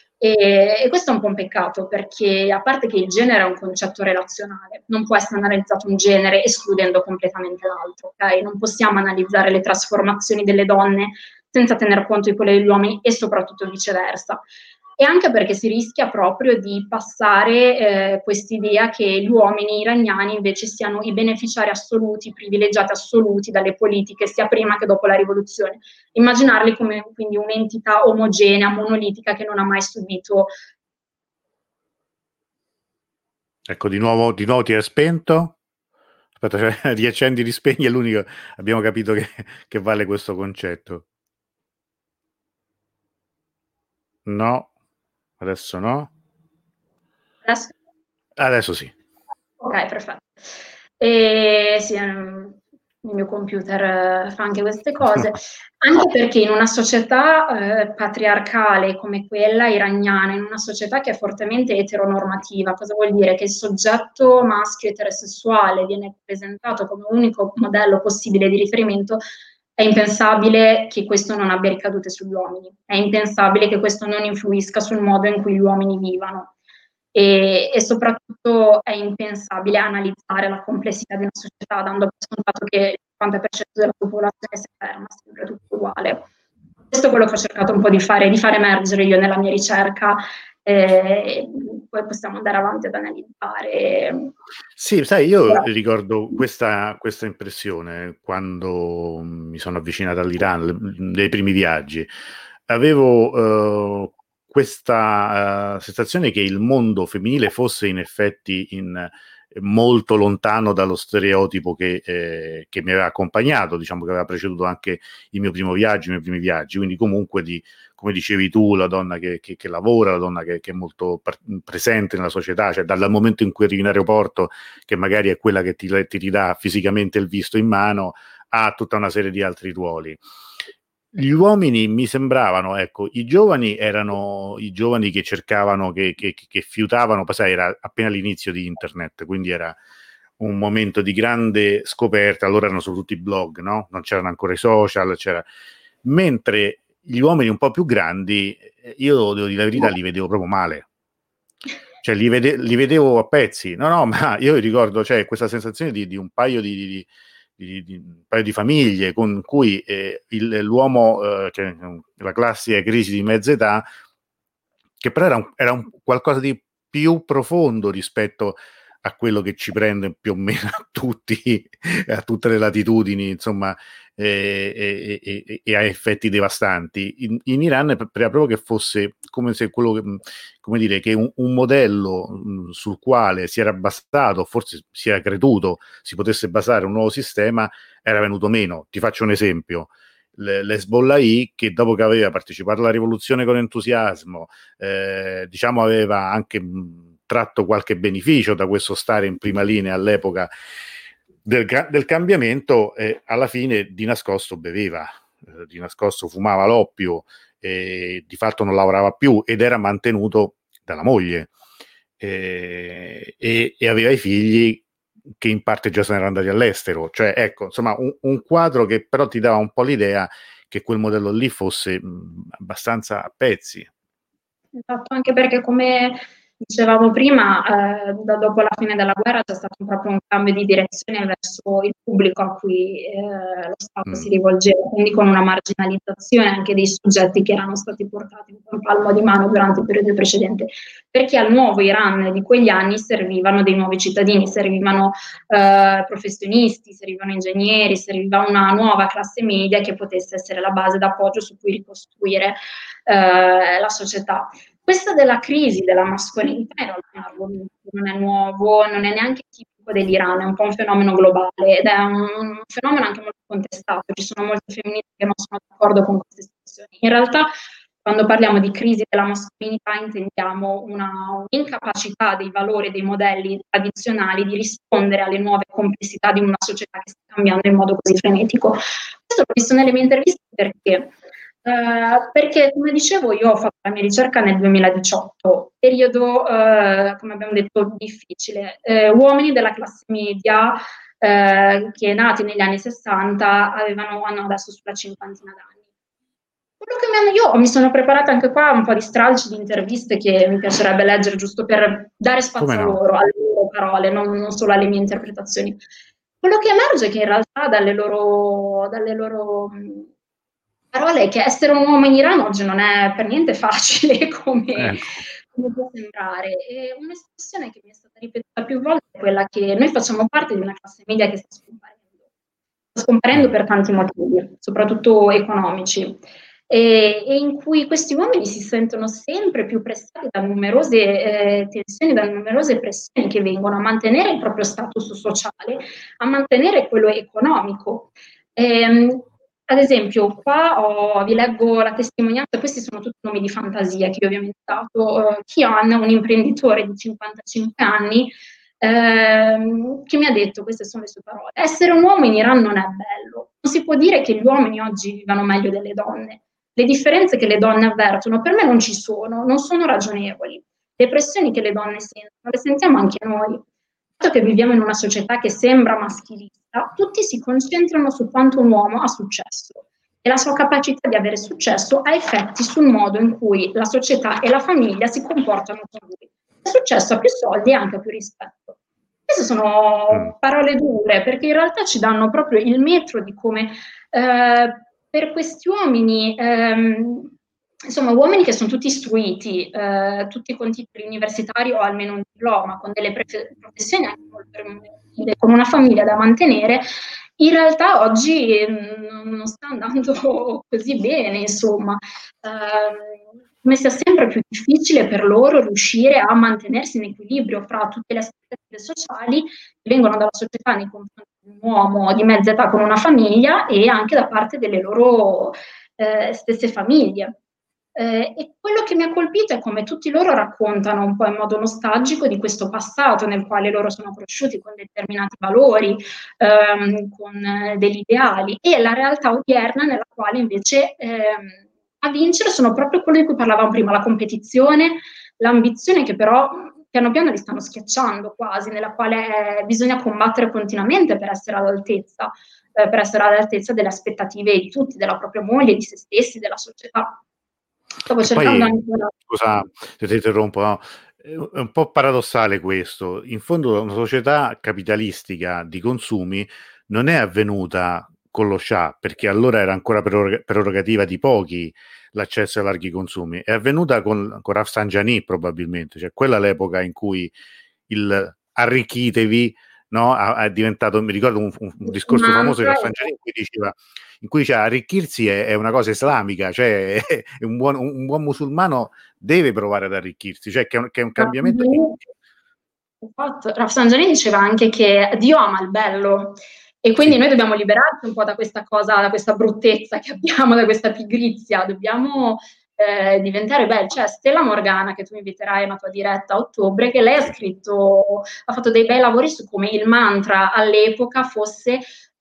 E, e questo è un po' un peccato, perché a parte che il genere è un concetto relazionale, non può essere analizzato un genere escludendo completamente l'altro, ok? Non possiamo analizzare le trasformazioni delle donne senza tener conto di quelle degli uomini e soprattutto viceversa. E anche perché si rischia proprio di passare eh, quest'idea che gli uomini iraniani invece siano i beneficiari assoluti, privilegiati assoluti dalle politiche, sia prima che dopo la rivoluzione. Immaginarli come quindi un'entità omogenea, monolitica, che non ha mai subito. Ecco, di nuovo, di nuovo ti hai spento? Aspetta, cioè, riaccendi, rispegni, è l'unico. Abbiamo capito che, che vale questo concetto. No, adesso no. Adesso, adesso sì. Ok, perfetto. E sì, il mio computer fa anche queste cose, anche perché in una società eh, patriarcale come quella iraniana, in una società che è fortemente eteronormativa, cosa vuol dire? Che il soggetto maschio eterosessuale viene presentato come unico modello possibile di riferimento. È impensabile che questo non abbia ricadute sugli uomini, è impensabile che questo non influisca sul modo in cui gli uomini vivono. E, e soprattutto è impensabile analizzare la complessità di una società dando per scontato che il cinquanta per cento della popolazione sia ferma, sempre tutto uguale. Questo è quello che ho cercato un po' di fare, di far emergere io nella mia ricerca, eh, poi possiamo andare avanti ad analizzare. Sì, sai, io ricordo questa, questa impressione quando mi sono avvicinato all'Iran, nei primi viaggi. Avevo uh, questa uh, sensazione che il mondo femminile fosse in effetti in, molto lontano dallo stereotipo che, eh, che mi aveva accompagnato, diciamo che aveva preceduto anche il mio primo viaggio, i miei primi viaggi, quindi comunque di, come dicevi tu, la donna che, che, che lavora, la donna che, che è molto par- presente nella società, cioè dal momento in cui arrivi in aeroporto, che magari è quella che ti, ti ridà fisicamente il visto in mano, a tutta una serie di altri ruoli. Gli uomini mi sembravano, ecco, i giovani erano i giovani che cercavano, che, che, che fiutavano, sai, era appena l'inizio di internet, quindi era un momento di grande scoperta, allora erano soprattutto i blog, no? Non c'erano ancora i social, c'era... mentre gli uomini un po' più grandi, io devo dire la verità, li vedevo proprio male. Cioè li, vede, li vedevo a pezzi, no no, ma io ricordo, cioè, questa sensazione di, di un paio di... di Di, di un paio di famiglie con cui eh, il, l'uomo, eh, che la classica crisi di mezza età, che però era, un, era un qualcosa di più profondo rispetto a quello che ci prende più o meno a tutti, a tutte le latitudini, insomma, e, e, e, e a effetti devastanti. In, in Iran era proprio che fosse come se quello che, come dire, che un, un modello mh, sul quale si era basato, forse si era creduto, si potesse basare un nuovo sistema, era venuto meno. Ti faccio un esempio. L'Hezbollah, che dopo che aveva partecipato alla rivoluzione con entusiasmo, eh, diciamo aveva anche mh, tratto qualche beneficio da questo stare in prima linea all'epoca del, del cambiamento, eh, alla fine di nascosto beveva, eh, di nascosto fumava l'oppio, eh, di fatto non lavorava più ed era mantenuto dalla moglie, eh, e, e aveva i figli che in parte già se ne erano andati all'estero. Cioè, ecco, insomma, un, un quadro che però ti dava un po' l'idea che quel modello lì fosse mh, abbastanza a pezzi. Esatto, anche perché come dicevamo prima, eh, da dopo la fine della guerra c'è stato proprio un cambio di direzione verso il pubblico a cui eh, lo Stato mm. si rivolgeva, quindi con una marginalizzazione anche dei soggetti che erano stati portati un po' in palmo di mano durante il periodo precedente, perché al nuovo Iran di quegli anni servivano dei nuovi cittadini, servivano eh, professionisti, servivano ingegneri, serviva una nuova classe media che potesse essere la base d'appoggio su cui ricostruire eh, la società. Questa della crisi della mascolinità in realtà è un argomento che non è nuovo, non è neanche tipico dell'Iran, è un po' un fenomeno globale ed è un fenomeno anche molto contestato. Ci sono molte femministe che non sono d'accordo con queste espressioni. In realtà, quando parliamo di crisi della mascolinità, intendiamo una, un'incapacità dei valori, dei modelli tradizionali di rispondere alle nuove complessità di una società che sta cambiando in modo così frenetico. Questo l'ho visto nelle mie interviste perché Uh, perché, come dicevo, io ho fatto la mia ricerca nel duemiladiciotto, periodo, uh, come abbiamo detto, difficile. Uh, uomini della classe media uh, che nati negli anni sessanta avevano, hanno adesso sulla cinquantina d'anni. Quello che mi hanno, io mi sono preparata anche qua un po' di stralci di interviste che mi piacerebbe leggere giusto per dare spazio no? loro, alle loro parole, non, non solo alle mie interpretazioni. Quello che emerge è che in realtà dalle loro... Dalle loro parole è che essere un uomo in Iran oggi non è per niente facile come, ecco. come può sembrare. E un'espressione che mi è stata ripetuta più volte è quella che noi facciamo parte di una classe media che sta scomparendo. Sta scomparendo per tanti motivi, soprattutto economici, e, e in cui questi uomini si sentono sempre più pressati da numerose eh, tensioni, da numerose pressioni che vengono a mantenere il proprio status sociale, a mantenere quello economico. E, ad esempio, qua ho, vi leggo la testimonianza, questi sono tutti nomi di fantasia che io vi ho inventato. Uh, Kian, un imprenditore di cinquantacinque anni, ehm, che mi ha detto, queste sono le sue parole: essere un uomo in Iran non è bello, non si può dire che gli uomini oggi vivano meglio delle donne. Le differenze che le donne avvertono per me non ci sono, non sono ragionevoli. Le pressioni che le donne sentono le sentiamo anche noi. Dato che viviamo in una società che sembra maschilista, tutti si concentrano su quanto un uomo ha successo e la sua capacità di avere successo ha effetti sul modo in cui la società e la famiglia si comportano con lui. Il successo ha più soldi e anche più rispetto. Queste sono parole dure, perché in realtà ci danno proprio il metro di come eh, per questi uomini... Ehm, Insomma, uomini che sono tutti istruiti, eh, tutti con titoli universitari o almeno un diploma, con delle professioni anche molto remunerative, con una famiglia da mantenere, in realtà oggi mh, non sta andando così bene, insomma. Eh, come sia sempre più difficile per loro riuscire a mantenersi in equilibrio fra tutte le aspettative sociali che vengono dalla società nei confronti di un uomo di mezza età con una famiglia e anche da parte delle loro eh, stesse famiglie. Eh, e quello che mi ha colpito è come tutti loro raccontano un po' in modo nostalgico di questo passato nel quale loro sono cresciuti con determinati valori, ehm, con eh, degli ideali, e la realtà odierna nella quale invece ehm, a vincere sono proprio quello di cui parlavamo prima, la competizione, l'ambizione, che però piano piano li stanno schiacciando quasi, nella quale eh, bisogna combattere continuamente per essere all'altezza, eh, per essere all'altezza delle aspettative di tutti, della propria moglie, di se stessi, della società. Stavo cercando poi, anche una... Scusa se ti interrompo, no? È un po' paradossale questo. In fondo una società capitalistica di consumi non è avvenuta con lo Shah, perché allora era ancora prerog- prerogativa di pochi l'accesso ai larghi consumi. È avvenuta con, con Rafsanjani probabilmente, cioè quella l'epoca in cui il arricchitevi, no, è diventato, mi ricordo un, un, un discorso famoso di Rafsanjani in cui diceva, in cui diceva arricchirsi è, è una cosa islamica, cioè è un, buon, un buon musulmano deve provare ad arricchirsi, cioè che è un, che è un cambiamento. Esatto. Rafsanjani diceva anche che Dio ama il bello e quindi sì. Noi dobbiamo liberarci un po' da questa cosa, da questa bruttezza che abbiamo, da questa pigrizia, dobbiamo eh, diventare belli. Cioè Stella Morgana, che tu inviterai a una tua diretta a ottobre, che lei ha scritto, ha fatto dei bei lavori su come il mantra all'epoca fosse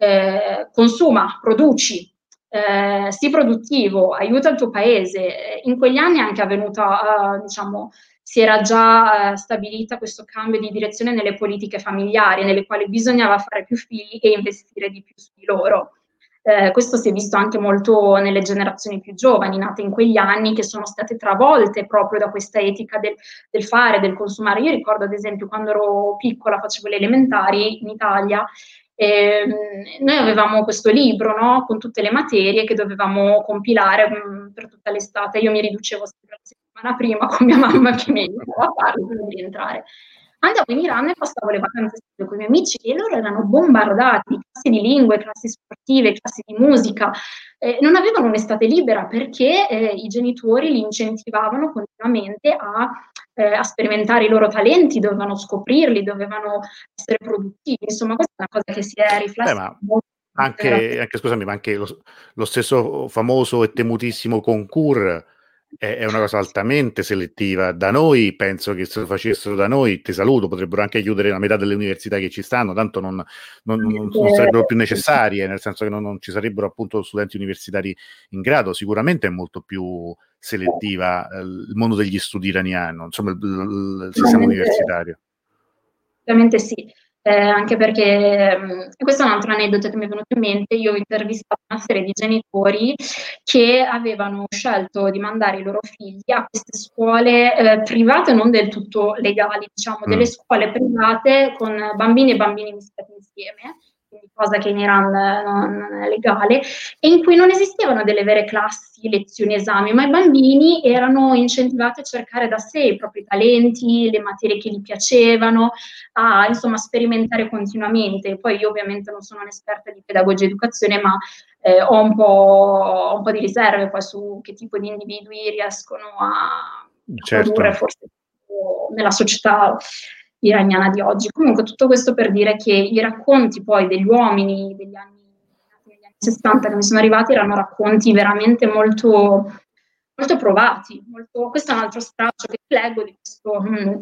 eh, consuma, produci, eh, sii produttivo, aiuta il tuo paese. In quegli anni è anche avvenuta, uh, diciamo, si era già eh, stabilita questo cambio di direzione nelle politiche familiari, nelle quali bisognava fare più figli e investire di più su di loro. Eh, questo si è visto anche molto nelle generazioni più giovani, nate in quegli anni, che sono state travolte proprio da questa etica del, del fare, del consumare. Io ricordo, ad esempio, quando ero piccola, facevo le elementari in Italia, eh, noi avevamo questo libro, no, con tutte le materie che dovevamo compilare mh, per tutta l'estate. Io mi riducevo la settimana prima con mia mamma che mi aiutava a farlo per rientrare. Andavo in Iran e passavo le vacanze con i miei amici e loro erano bombardati, classi di lingue, classi sportive, classi di musica, eh, non avevano un'estate libera perché eh, i genitori li incentivavano continuamente a, eh, a sperimentare i loro talenti, dovevano scoprirli, dovevano essere produttivi, insomma questa è una cosa che si è riflessa. Beh, ma anche, anche, scusami, ma anche lo, lo stesso famoso e temutissimo concours è, è una cosa altamente selettiva. Da noi, penso che se lo facessero da noi, ti saluto, potrebbero anche chiudere la metà delle università che ci stanno, tanto non, non, non, non sarebbero più necessarie, nel senso che non, non ci sarebbero appunto studenti universitari in grado. Sicuramente è molto più selettiva eh, il mondo degli studi iraniano, insomma il, il, il sistema universitario. Ovviamente sì. Eh, anche perché, mh, questo è un altro aneddoto che mi è venuto in mente, io ho intervistato una serie di genitori che avevano scelto di mandare i loro figli a queste scuole eh, private, non del tutto legali, diciamo, mm. delle scuole private con bambini e bambini mischiati insieme, quindi cosa che in Iran non è legale, e in cui non esistevano delle vere classi, lezioni, esami, ma i bambini erano incentivati a cercare da sé i propri talenti, le materie che gli piacevano, a insomma sperimentare continuamente. Poi io ovviamente non sono un'esperta di pedagogia e educazione, ma eh, ho, un po', ho un po' di riserve poi su che tipo di individui riescono a, certo. a produrre forse nella società iraniana di oggi. Comunque tutto questo per dire che i racconti poi degli uomini degli anni, degli anni sessanta che mi sono arrivati erano racconti veramente molto, molto provati. Molto, questo è un altro straccio che leggo di questo... Hmm,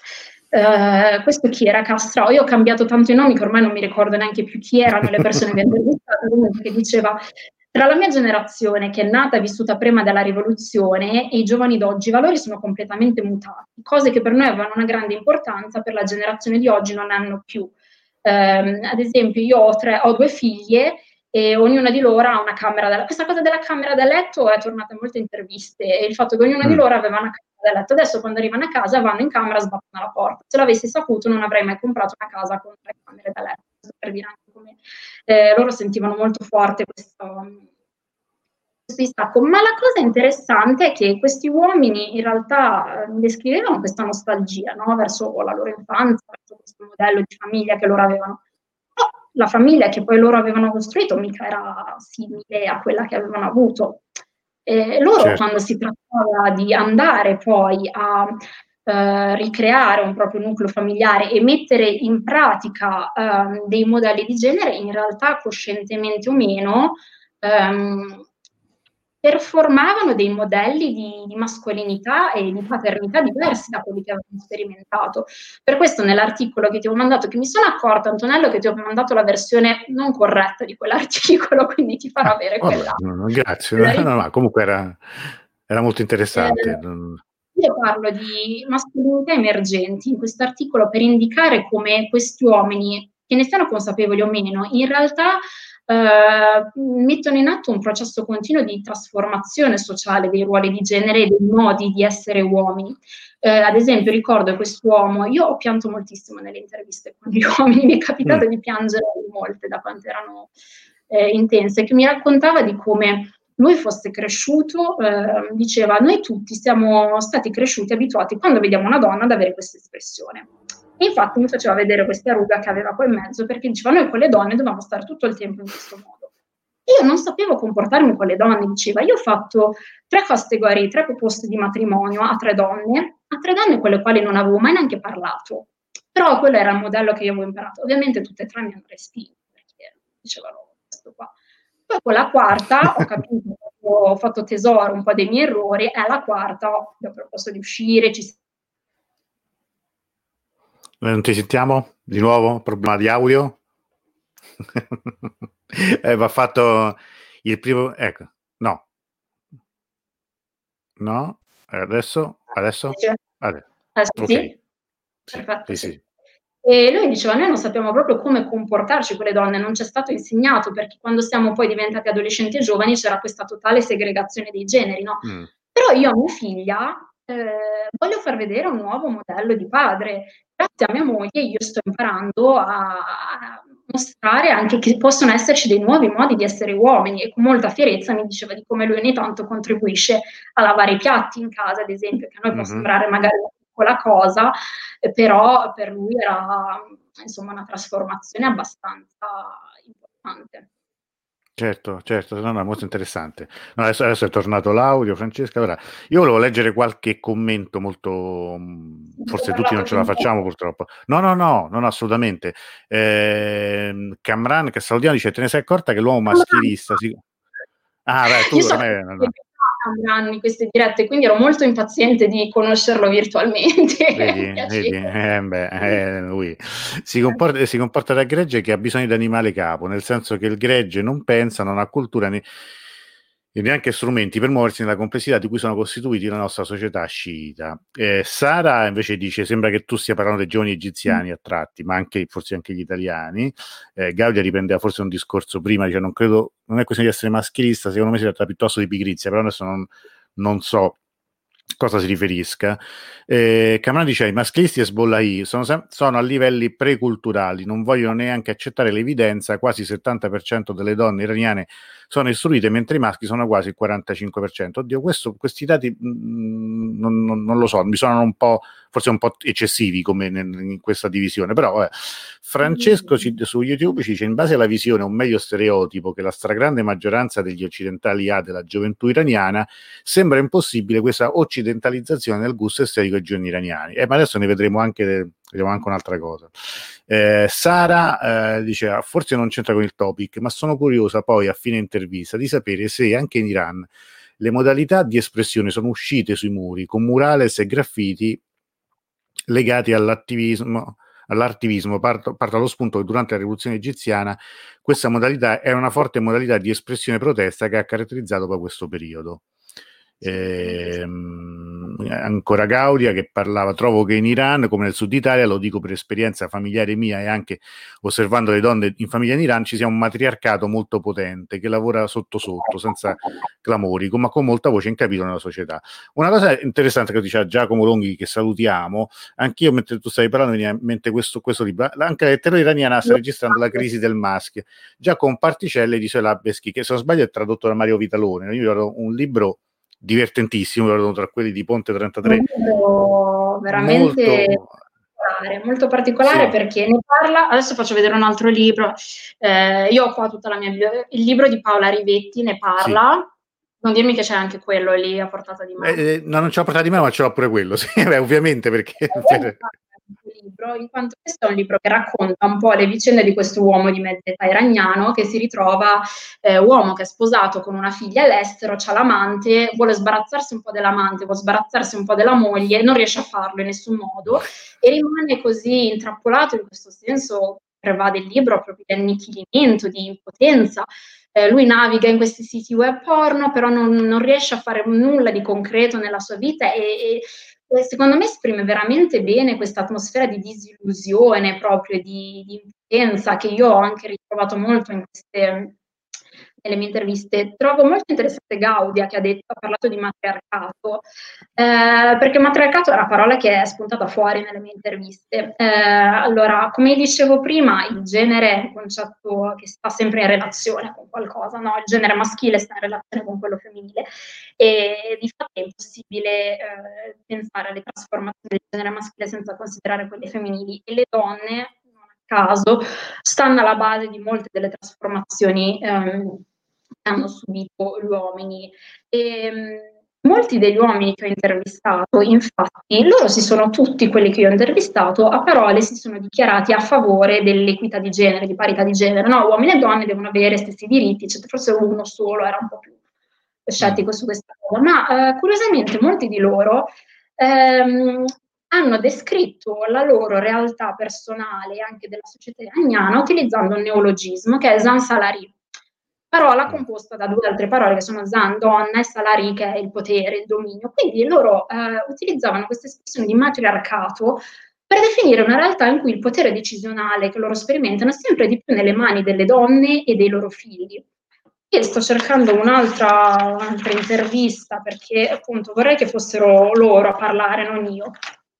Uh, questo chi era Castrao? Io ho cambiato tanto i nomi che ormai non mi ricordo neanche più chi erano le persone che intervistato, che diceva: tra la mia generazione che è nata e vissuta prima della rivoluzione e i giovani d'oggi i valori sono completamente mutati, cose che per noi avevano una grande importanza per la generazione di oggi non hanno più. Um, ad esempio io ho, tre, ho due figlie e ognuna di loro ha una camera da letto. Questa cosa della camera da letto è tornata in molte interviste, e il fatto che ognuna mm. di loro aveva una camera da letto. Adesso quando arrivano a casa vanno in camera e sbattono la porta. Se l'avessi saputo non avrei mai comprato una casa con tre camere da letto, per dire anche come eh, loro sentivano molto forte questo, questo distacco. Ma la cosa interessante è che questi uomini in realtà eh, descrivevano questa nostalgia, no? Verso la loro infanzia, verso questo modello di famiglia che loro avevano. La famiglia che poi loro avevano costruito mica era simile a quella che avevano avuto. E loro, certo. quando si trattava di andare poi a eh, ricreare un proprio nucleo familiare e mettere in pratica eh, dei modelli di genere, in realtà coscientemente o meno, ehm, performavano dei modelli di, di mascolinità e di paternità diversi da quelli che avevano sperimentato. Per questo nell'articolo che ti ho mandato, che mi sono accorta, Antonello, che ti ho mandato la versione non corretta di quell'articolo, quindi ti farò avere Vabbè, quella. No, grazie, quella no, no, comunque era, era molto interessante. Eh, io parlo di mascolinità emergenti in questo articolo per indicare come questi uomini, che ne siano consapevoli o meno, in realtà Uh, mettono in atto un processo continuo di trasformazione sociale dei ruoli di genere e dei modi di essere uomini. Uh, ad esempio ricordo quest'uomo, io ho pianto moltissimo nelle interviste con gli uomini, mi è capitato mm. di piangere molte da quanto erano eh, intense, che mi raccontava di come lui fosse cresciuto, eh, diceva, noi tutti siamo stati cresciuti, abituati, quando vediamo una donna ad avere questa espressione. E infatti mi faceva vedere questa ruga che aveva quel mezzo, perché diceva, noi con le donne dobbiamo stare tutto il tempo in questo modo. Io non sapevo comportarmi con le donne, diceva, io ho fatto tre categorie, tre proposte di matrimonio a tre donne, a tre donne con le quali non avevo mai neanche parlato. Però quello era il modello che io avevo imparato. Ovviamente tutte e tre mi hanno respinto, perché dicevano questo qua. Poi con la quarta ho capito, ho fatto tesoro un po' dei miei errori, e alla quarta ho, ho proposto di uscire. Ci... Non ti sentiamo? Di nuovo? Problema di audio? eh, va fatto il primo... Ecco, no. No? Adesso? Adesso? Adesso. Adesso ok. sì? Sì, Perfetto, sì, sì. sì. E lui diceva, noi non sappiamo proprio come comportarci con le donne, non ci è stato insegnato, perché quando siamo poi diventati adolescenti e giovani c'era questa totale segregazione dei generi, no? Mm. Però io a mia figlia eh, voglio far vedere un nuovo modello di padre. Grazie a mia moglie io sto imparando a, a mostrare anche che possono esserci dei nuovi modi di essere uomini, e con molta fierezza mi diceva di come lui ogni tanto contribuisce a lavare i piatti in casa, ad esempio, che a noi Mm-hmm. può sembrare magari una piccola cosa, eh, però per lui era insomma una trasformazione abbastanza importante. Certo, certo, no, no, molto interessante. No, adesso, adesso è tornato l'audio, Francesca. Allora, io volevo leggere qualche commento molto, forse tutti non ce la facciamo purtroppo. No, no, no, non assolutamente. Eh, Camran, che salutiamo, dice, te ne sei accorta che l'uomo maschilista... Si... Ah, beh, tu io so ormai... No, no. anni queste dirette, quindi ero molto impaziente di conoscerlo virtualmente. Vedi, vedi, eh, beh, eh, lui si comporta, si comporta da gregge che ha bisogno di animale capo, nel senso che il gregge non pensa, non ha cultura né, e neanche strumenti per muoversi nella complessità di cui sono costituiti la nostra società sciita. Eh, Sara invece dice, sembra che tu stia parlando dei giovani egiziani a tratti, ma anche, forse anche gli italiani. Eh, Gaudia riprendeva forse un discorso prima, dice, non credo, non è questione di essere maschilista, secondo me si tratta piuttosto di pigrizia, però adesso non, non so cosa si riferisca. Eh, Camran dice, i maschilisti e sbollai sono, sem- sono a livelli preculturali, non vogliono neanche accettare l'evidenza, quasi il settanta per cento delle donne iraniane sono istruite, mentre i maschi sono quasi il quarantacinque per cento. Oddio, questo, questi dati mh, non, non, non lo so, mi suonano un po', forse un po' eccessivi come nel, in questa divisione, però vabbè. Francesco ci, su YouTube ci dice, in base alla visione, un meglio stereotipo che la stragrande maggioranza degli occidentali ha della gioventù iraniana, sembra impossibile questa occidentalizzazione del gusto estetico ai giovani iraniani. Eh, ma adesso ne vedremo anche, vedremo anche un'altra cosa. Eh, Sara eh, diceva, forse non c'entra con il topic, ma sono curiosa poi a fine intervista di sapere se anche in Iran le modalità di espressione sono uscite sui muri con murales e graffiti legati all'attivismo all'artivismo. Parto, parto dallo spunto che durante la rivoluzione egiziana questa modalità era una forte modalità di espressione protesta che ha caratterizzato poi questo periodo. Eh, ancora Gaudia che parlava, trovo che in Iran come nel sud Italia, lo dico per esperienza familiare mia e anche osservando le donne in famiglia in Iran, ci sia un matriarcato molto potente che lavora sotto sotto senza clamori ma con molta voce in capito nella società. Una cosa interessante che diceva Giacomo Longhi, che salutiamo, anch'io mentre tu stavi parlando mi viene in mente questo, questo libro, anche la lettera iraniana sta registrando la crisi del maschio, già con particelle di Soelabeschi, che se non sbaglio è tradotto da Mario Vitalone. Io ho un libro divertentissimo, tra quelli di Ponte trentatré, un libro veramente molto particolare, molto particolare sì. Perché ne parla, adesso faccio vedere un altro libro, eh, io ho qua tutta la mia bio, il libro di Paola Rivetti ne parla, sì. Non dirmi che c'è anche quello lì a portata di mano. Eh, no, non ce l'ho portata di mano, ma ce l'ho pure quello, sì, beh, ovviamente, perché eh, libro, in quanto questo è un libro che racconta un po' le vicende di questo uomo di mezza età iraniano che si ritrova, eh, uomo che è sposato con una figlia all'estero, c'ha l'amante, vuole sbarazzarsi un po' dell'amante, vuole sbarazzarsi un po' della moglie, non riesce a farlo in nessun modo e rimane così intrappolato, in questo senso prevade il libro proprio di annichilimento, di impotenza. Eh, lui naviga in questi siti web porno, però non, non riesce a fare nulla di concreto nella sua vita e, e secondo me esprime veramente bene questa atmosfera di disillusione, proprio di, di impotenza, che io ho anche ritrovato molto in queste, nelle mie interviste. Trovo molto interessante Gaudia che ha detto, ha parlato di matriarcato, eh, perché matriarcato è una parola che è spuntata fuori nelle mie interviste. Eh, allora, come dicevo prima, il genere è un concetto che sta sempre in relazione con qualcosa, no? Il genere maschile sta in relazione con quello femminile e di fatto è impossibile eh, pensare alle trasformazioni del genere maschile senza considerare quelle femminili, e le donne, non a caso, stanno alla base di molte delle trasformazioni ehm, che hanno subito gli uomini. E, mh, molti degli uomini che ho intervistato, infatti, loro si sono tutti quelli che io ho intervistato, a parole si sono dichiarati a favore dell'equità di genere, di parità di genere, no? Uomini e donne devono avere stessi diritti, cioè, forse uno solo era un po' più scettico su questa cosa, ma eh, curiosamente molti di loro ehm, hanno descritto la loro realtà personale e anche della società iraniana utilizzando un neologismo che è Zan Salari, parola composta da due altre parole che sono Zan, donna, e Salari, che è il potere, il dominio. Quindi loro eh, utilizzavano questa espressione di matriarcato per definire una realtà in cui il potere decisionale che loro sperimentano è sempre di più nelle mani delle donne e dei loro figli. Io sto cercando un'altra, un'altra intervista perché appunto vorrei che fossero loro a parlare, non io.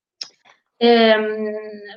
Ehm,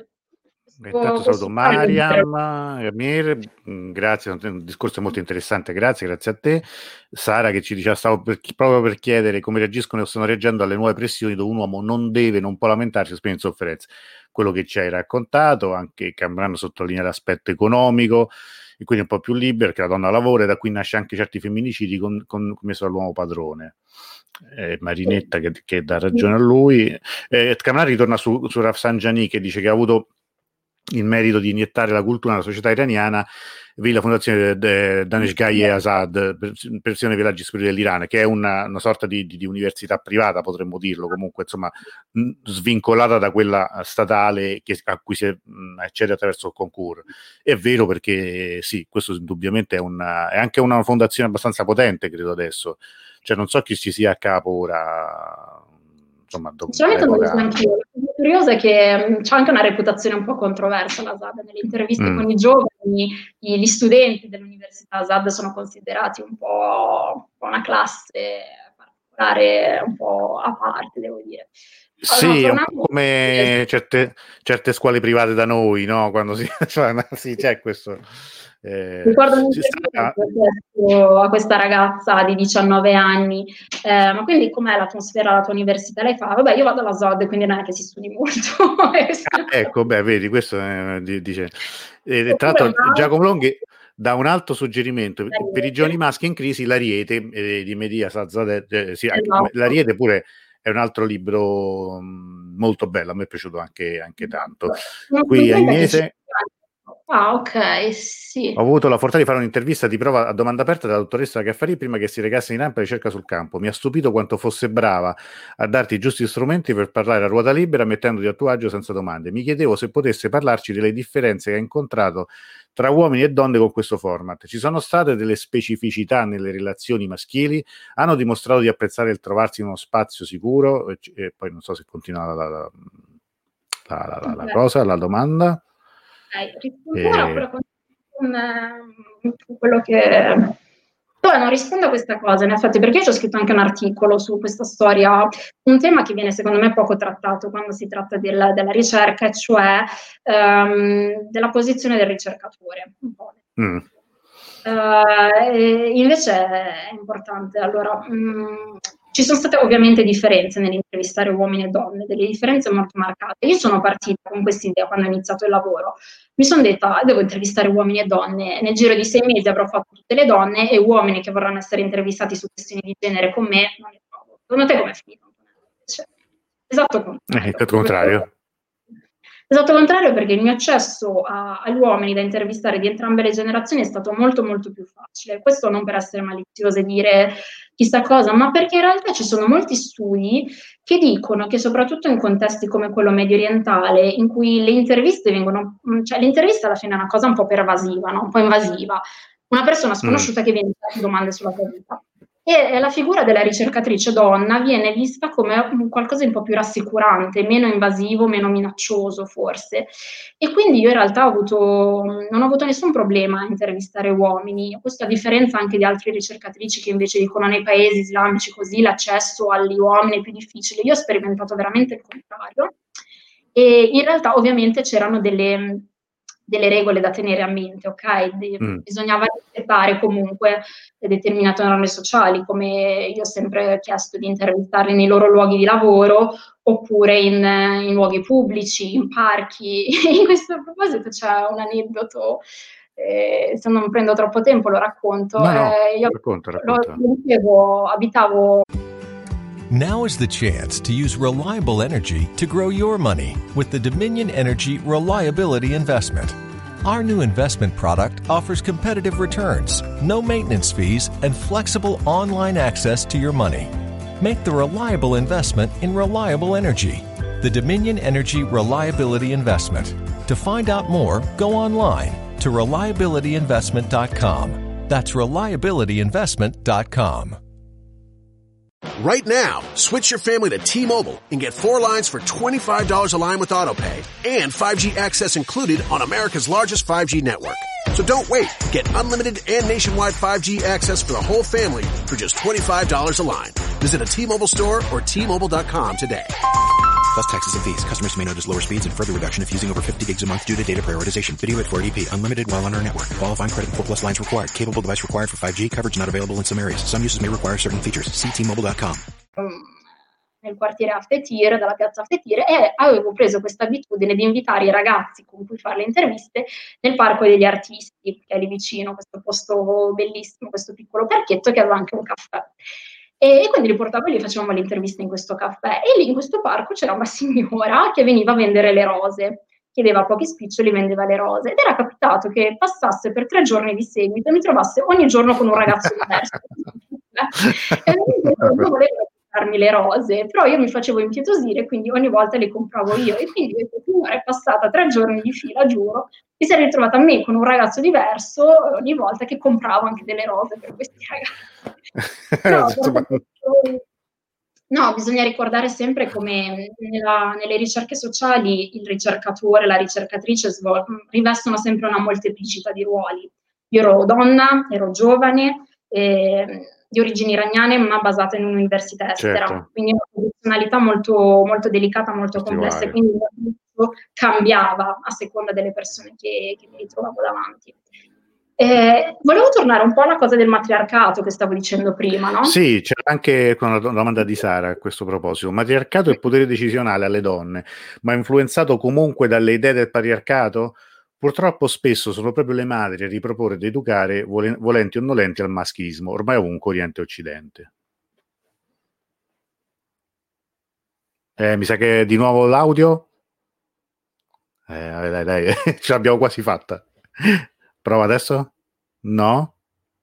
Intanto saluto Mariam, Amir, grazie, è un discorso molto interessante, grazie, grazie a te. Sara che ci diceva, stavo per, proprio per chiedere come reagiscono e stanno reagendo alle nuove pressioni dove un uomo non deve, non può lamentarsi o esprimere sofferenza. Quello che ci hai raccontato, anche Cambrano sottolinea l'aspetto economico, e quindi un po' più libero, perché la donna lavora e da qui nasce anche certi femminicidi con, con, commesso dall'uomo padrone. Eh, Marinetta che, che dà ragione a lui. Eh, Cambrano ritorna su, su Rafsanjani che dice che ha avuto il merito di iniettare la cultura nella società iraniana, la fondazione Daneshgah-e Azad, persone dei villaggi superiori dell'Iran, che è una, una sorta di, di, di università privata, potremmo dirlo, comunque insomma mh, svincolata da quella statale che, a cui si accede attraverso il concours. È vero, perché sì, questo indubbiamente è, una, è anche una fondazione abbastanza potente, credo adesso, cioè non so chi ci sia a capo ora. Insomma, Sinceramente non lo so anch'io. La cosa curiosa è che mh, c'è anche una reputazione un po' controversa l'Azad. Nelle interviste mm. con i giovani, gli, gli studenti dell'università Azad sono considerati un po', un po' una classe particolare, un po' a parte, devo dire. Sì, no, è un po' come certe, certe scuole private da noi, no? Quando si sì, c'è questo. Eh, Ricordo un sta... a questa ragazza di diciannove anni, eh, ma quindi com'è l'atmosfera alla tua università? Lei fa, vabbè, io vado alla S O D, quindi non è che si studi molto. ah, ecco, beh, vedi, questo è, dice. E, tra l'altro Giacomo Longhi dà un altro suggerimento, l'ariete. Per i giovani maschi in crisi, l'Ariete eh, di Media Sazadeh, eh, sì, esatto. L'Ariete pure è un altro libro mh, molto bello, a me è piaciuto anche, anche tanto. Non Qui a Agnese... Ah, ok, sì. Ho avuto la fortuna di fare un'intervista di prova a domanda aperta della dottoressa Gaffarì prima che si recasse in Iran per ricerca sul campo. Mi ha stupito quanto fosse brava a darti i giusti strumenti per parlare a ruota libera, mettendoti a tuo agio senza domande. Mi chiedevo se potesse parlarci delle differenze che ha incontrato tra uomini e donne con questo format. Ci sono state delle specificità nelle relazioni maschili? Hanno dimostrato di apprezzare il trovarsi in uno spazio sicuro? E, e poi non so se continua la, la, la, la, la, la cosa, la domanda. Risponderò però con, con quello che no, non rispondo a questa cosa in effetti, perché io ho scritto anche un articolo su questa storia, un tema che viene secondo me poco trattato quando si tratta del, della ricerca, cioè um, della posizione del ricercatore un po'. Mm. Uh, e invece è importante. Allora, mh, ci sono state ovviamente differenze nell'intervistare uomini e donne, delle differenze molto marcate. Io sono partita con questa idea quando ho iniziato il lavoro. Mi sono detta, devo intervistare uomini e donne. Nel giro di sei mesi avrò fatto tutte le donne, e uomini che vorranno essere intervistati su questioni di genere con me non ne trovo. Secondo te com'è finito? Cioè, esatto contrario. Eh, contrario. Esatto contrario, perché il mio accesso a, agli uomini da intervistare di entrambe le generazioni è stato molto molto più facile. Questo non per essere maliziosa e dire chissà cosa, ma perché in realtà ci sono molti studi che dicono che soprattutto in contesti come quello medio orientale, in cui le interviste vengono, cioè l'intervista alla fine è una cosa un po' pervasiva, no? Un po' invasiva. Una persona sconosciuta mm. che viene a fare domande sulla tua vita. E la figura della ricercatrice donna viene vista come un qualcosa di un po' più rassicurante, meno invasivo, meno minaccioso forse. E quindi io in realtà ho avuto, non ho avuto nessun problema a intervistare uomini, questo a differenza anche di altre ricercatrici che invece dicono nei paesi islamici così l'accesso agli uomini è più difficile. Io ho sperimentato veramente il contrario. E in realtà ovviamente c'erano delle, delle regole da tenere a mente, ok? De- Mm. Bisognava rispettare comunque determinate norme sociali, come io ho sempre chiesto di intervistarli nei loro luoghi di lavoro oppure in, in luoghi pubblici, in parchi. In questo proposito c'è un aneddoto, eh, se non prendo troppo tempo lo racconto. No, no, Eh, io racconta, lo, racconta. lo dicevo, abitavo Now is the chance to use reliable energy to grow your money with the Dominion Energy Reliability Investment. Our new investment product offers competitive returns, no maintenance fees, and flexible online access to your money. Make the reliable investment in reliable energy. The Dominion Energy Reliability Investment. To find out more, go online to reliability investment dot com. That's reliability investment dot com. Right now, switch your family to T-Mobile and get four lines for twenty-five dollars a line with AutoPay and five G access included on America's largest five G network. So don't wait. Get unlimited and nationwide five G access for the whole family for just twenty-five dollars a line. Visit a T-Mobile store or T Mobile dot com today. Plus taxes and fees. Customers may notice lower speeds and further reduction if using over fifty gigs a month due to data prioritization. Video at four eighty p. Unlimited while on our network. Qualifying credit and four plus lines required. Capable device required for five G. Coverage not available in some areas. Some uses may require certain features. See T Mobile dot com. Nel quartiere Affetir, dalla piazza Affetir, e avevo preso questa abitudine di invitare i ragazzi con cui fare le interviste nel Parco degli Artisti, che è lì vicino, questo posto bellissimo, questo piccolo parchetto che aveva anche un caffè. E quindi li portavo e gli facevamo le interviste in questo caffè. E lì in questo parco c'era una signora che veniva a vendere le rose, chiedeva pochi spiccioli, vendeva le rose. Ed era capitato che passasse per tre giorni di seguito e mi trovasse ogni giorno con un ragazzo diverso. E non volevo comprarmi le rose, però io mi facevo impietosire, quindi ogni volta le compravo io. E quindi questa signora è passata tre giorni di fila, giuro, mi si è ritrovata a me con un ragazzo diverso ogni volta che compravo anche delle rose per questi ragazzi. No, no, bisogna ricordare sempre come nella, nelle ricerche sociali il ricercatore, la ricercatrice svol- rivestono sempre una molteplicità di ruoli. Io ero donna, ero giovane, eh, di origini iraniane, ma basata in un'università estera, Certo. quindi una personalità molto, molto delicata, molto complessa, e quindi cambiava a seconda delle persone che, che mi ritrovavo davanti. Eh, volevo tornare un po' alla cosa del matriarcato che stavo dicendo prima, no? Sì, c'è anche una domanda di Sara a questo proposito. Matriarcato e potere decisionale alle donne, ma influenzato comunque dalle idee del patriarcato? Purtroppo spesso sono proprio le madri a riproporre ed educare, vole- volenti o nolenti, al maschismo, ormai ovunque, Oriente e Occidente. Eh, mi sa che di nuovo l'audio? Eh, dai, dai, dai, ce l'abbiamo quasi fatta. Prova adesso? No?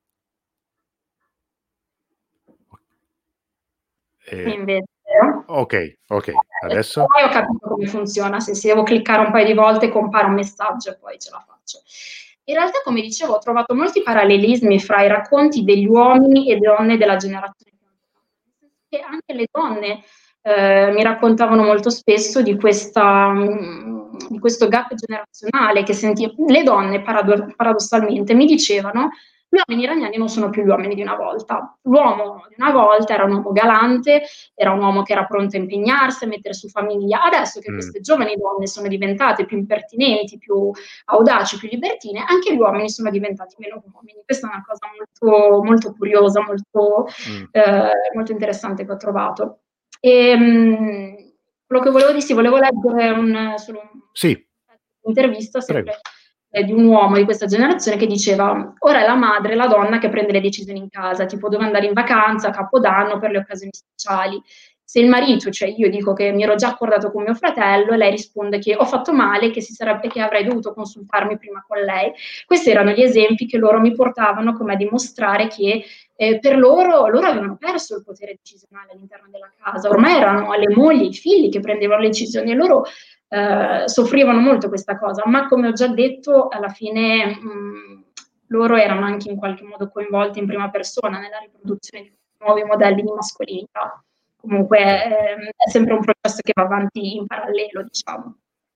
Eh, Invece, ok, ok, adesso? poi ho capito come funziona, se, se devo cliccare un paio di volte compare un messaggio e poi ce la faccio. In realtà, come dicevo, ho trovato molti parallelismi fra i racconti degli uomini e donne della generazione che anche le donne eh, mi raccontavano molto spesso di questa di questo gap generazionale che sentivo. Le donne parado- paradossalmente mi dicevano: gli uomini iraniani non sono più gli uomini di una volta. L'uomo di una volta era un uomo galante, era un uomo che era pronto a impegnarsi, a mettere su famiglia. Adesso che Mm. queste giovani donne sono diventate più impertinenti, più audaci, più libertine, anche gli uomini sono diventati meno uomini. Questa è una cosa molto, molto curiosa, molto, Mm. eh, molto interessante che ho trovato. E, mh, quello che volevo dire, sì, volevo leggere un, solo un Sì, intervista sempre eh, di un uomo di questa generazione che diceva: ora è la madre, la donna che prende le decisioni in casa, tipo dove andare in vacanza, a Capodanno, per le occasioni speciali. Se il marito, cioè io dico che mi ero già accordato con mio fratello, e lei risponde che ho fatto male, che, si sarebbe, che avrei dovuto consultarmi prima con lei. Questi erano gli esempi che loro mi portavano come a dimostrare che eh, per loro, loro avevano perso il potere decisionale all'interno della casa, ormai erano le mogli, i figli che prendevano le decisioni, e loro eh, soffrivano molto questa cosa, ma come ho già detto, alla fine mh, loro erano anche in qualche modo coinvolti in prima persona nella riproduzione di nuovi modelli di mascolinità. Comunque eh, è sempre un processo che va avanti in parallelo, diciamo.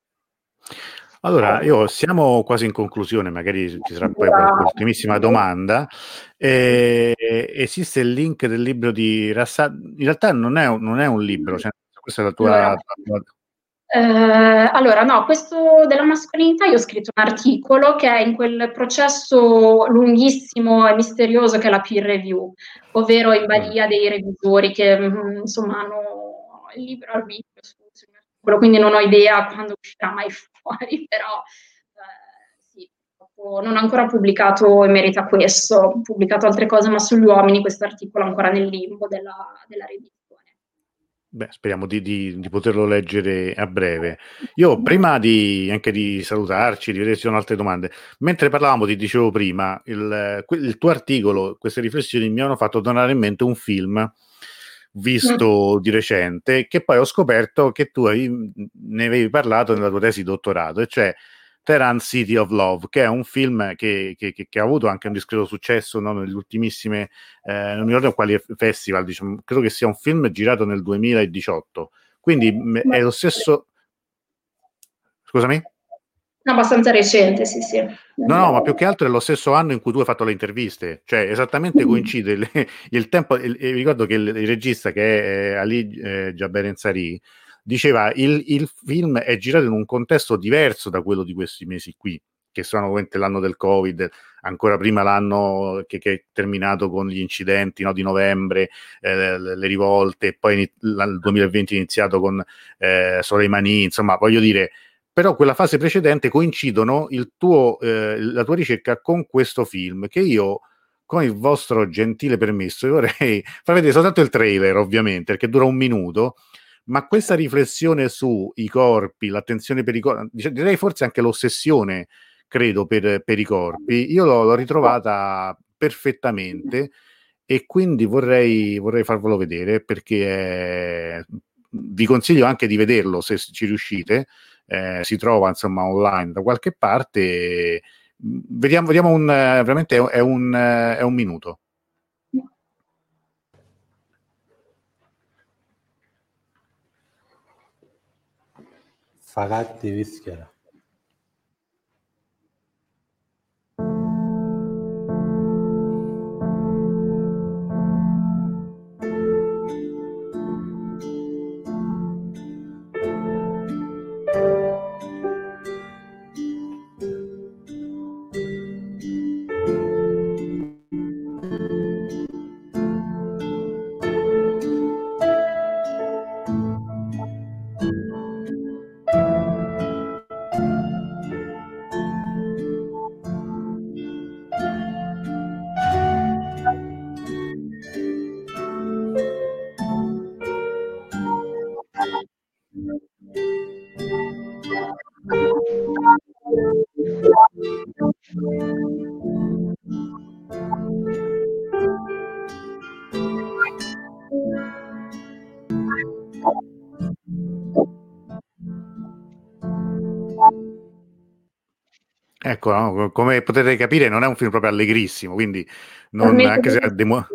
Allora, io siamo quasi in conclusione, magari ci sarà poi qualche ultimissima domanda. Eh, esiste il link del libro di Rassad? In realtà non è un, non è un libro, cioè, questa è la tua... Allora, eh, allora, no, questo della mascolinità io ho scritto un articolo che è in quel processo lunghissimo e misterioso che è la peer review, ovvero in balia dei revisori che mh, insomma hanno il libro arbitrio su, sul mio articolo, quindi non ho idea quando uscirà mai fuori, però eh, sì, non ho ancora pubblicato in merito a questo, ho pubblicato altre cose, ma sugli uomini questo articolo è ancora nel limbo della, della revisione. Beh, speriamo di, di, di poterlo leggere a breve. Io prima di anche di salutarci, di vedere se ci sono altre domande, mentre parlavamo, ti dicevo prima, il, il tuo articolo, queste riflessioni mi hanno fatto tornare in mente un film visto di recente, che poi ho scoperto che tu avevi, ne avevi parlato nella tua tesi di dottorato, e cioè Tehran City of Love, che è un film che, che, che, che ha avuto anche un discreto successo, no, nelle ultimissime, eh, non mi ricordo quali festival, diciamo, credo che sia un film girato nel duemiladiciotto, quindi è lo stesso... Scusami? Abbastanza recente, sì, sì. No, no, ma più che altro è lo stesso anno in cui tu hai fatto le interviste, cioè esattamente coincide il, il tempo, il, il, ricordo che il, il regista, che è Ali eh, Jaber Ensari, diceva il, il film è girato in un contesto diverso da quello di questi mesi qui, che sono ovviamente l'anno del Covid, ancora prima l'anno che, che è terminato con gli incidenti, no, di novembre, eh, le, le rivolte, e poi il duemilaventi è iniziato con eh, Soleimani, insomma, voglio dire, però quella fase precedente coincidono il tuo, eh, la tua ricerca con questo film, che io, con il vostro gentile permesso, vorrei far vedere soltanto il trailer, ovviamente, perché dura un minuto, ma questa riflessione sui corpi, l'attenzione per i corpi, direi forse anche l'ossessione, credo, per, per i corpi, io l'ho, l'ho ritrovata perfettamente, e quindi vorrei, vorrei farvelo vedere, perché è... vi consiglio anche di vederlo se ci riuscite. Eh, si trova insomma online da qualche parte. Vediamo, vediamo un, veramente è un, è un minuto. فقط دویست گرم. Ecco, no? Come potete capire non è un film proprio allegrissimo, quindi non, anche se ha demo...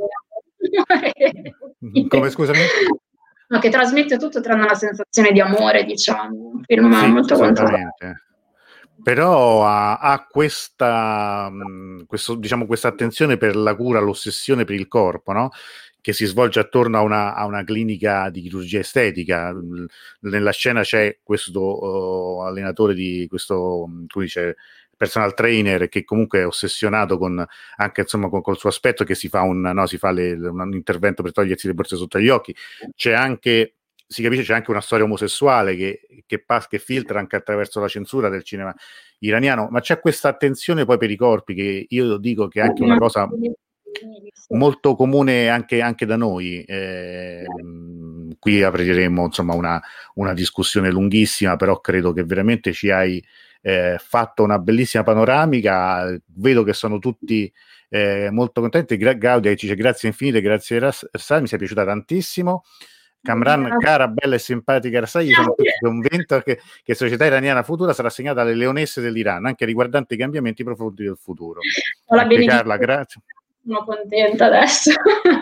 Come, scusami? No, che trasmette tutto tranne la sensazione di amore, diciamo. Un film sì, molto esattamente. Però ha, ha questa, mh, questo, diciamo, questa attenzione per la cura, l'ossessione per il corpo, no? Che si svolge attorno a una, a una clinica di chirurgia estetica. Nella scena c'è questo uh, allenatore di questo, come dice, personal trainer, che comunque è ossessionato con anche insomma con, col suo aspetto, che si fa un, no, si fa le, un intervento per togliersi le borse sotto gli occhi. C'è anche, si capisce, c'è anche una storia omosessuale che, che, passa, che filtra anche attraverso la censura del cinema iraniano, ma c'è questa attenzione poi per i corpi, che io dico che è anche una cosa molto comune anche, anche da noi. Eh, qui apriremo insomma una, una discussione lunghissima, però credo che veramente ci hai eh, fatto una bellissima panoramica. Vedo che sono tutti eh, molto contenti. Gra- Gaudia ci dice grazie infinite, grazie Rassai, mi sei piaciuta tantissimo. Camran, cara, bella e simpatica Rassai, io sono convinto che, che società iraniana futura sarà segnata alle leonesse dell'Iran, anche riguardante i cambiamenti profondi del futuro. Anche Carla, grazie. Sono contenta adesso.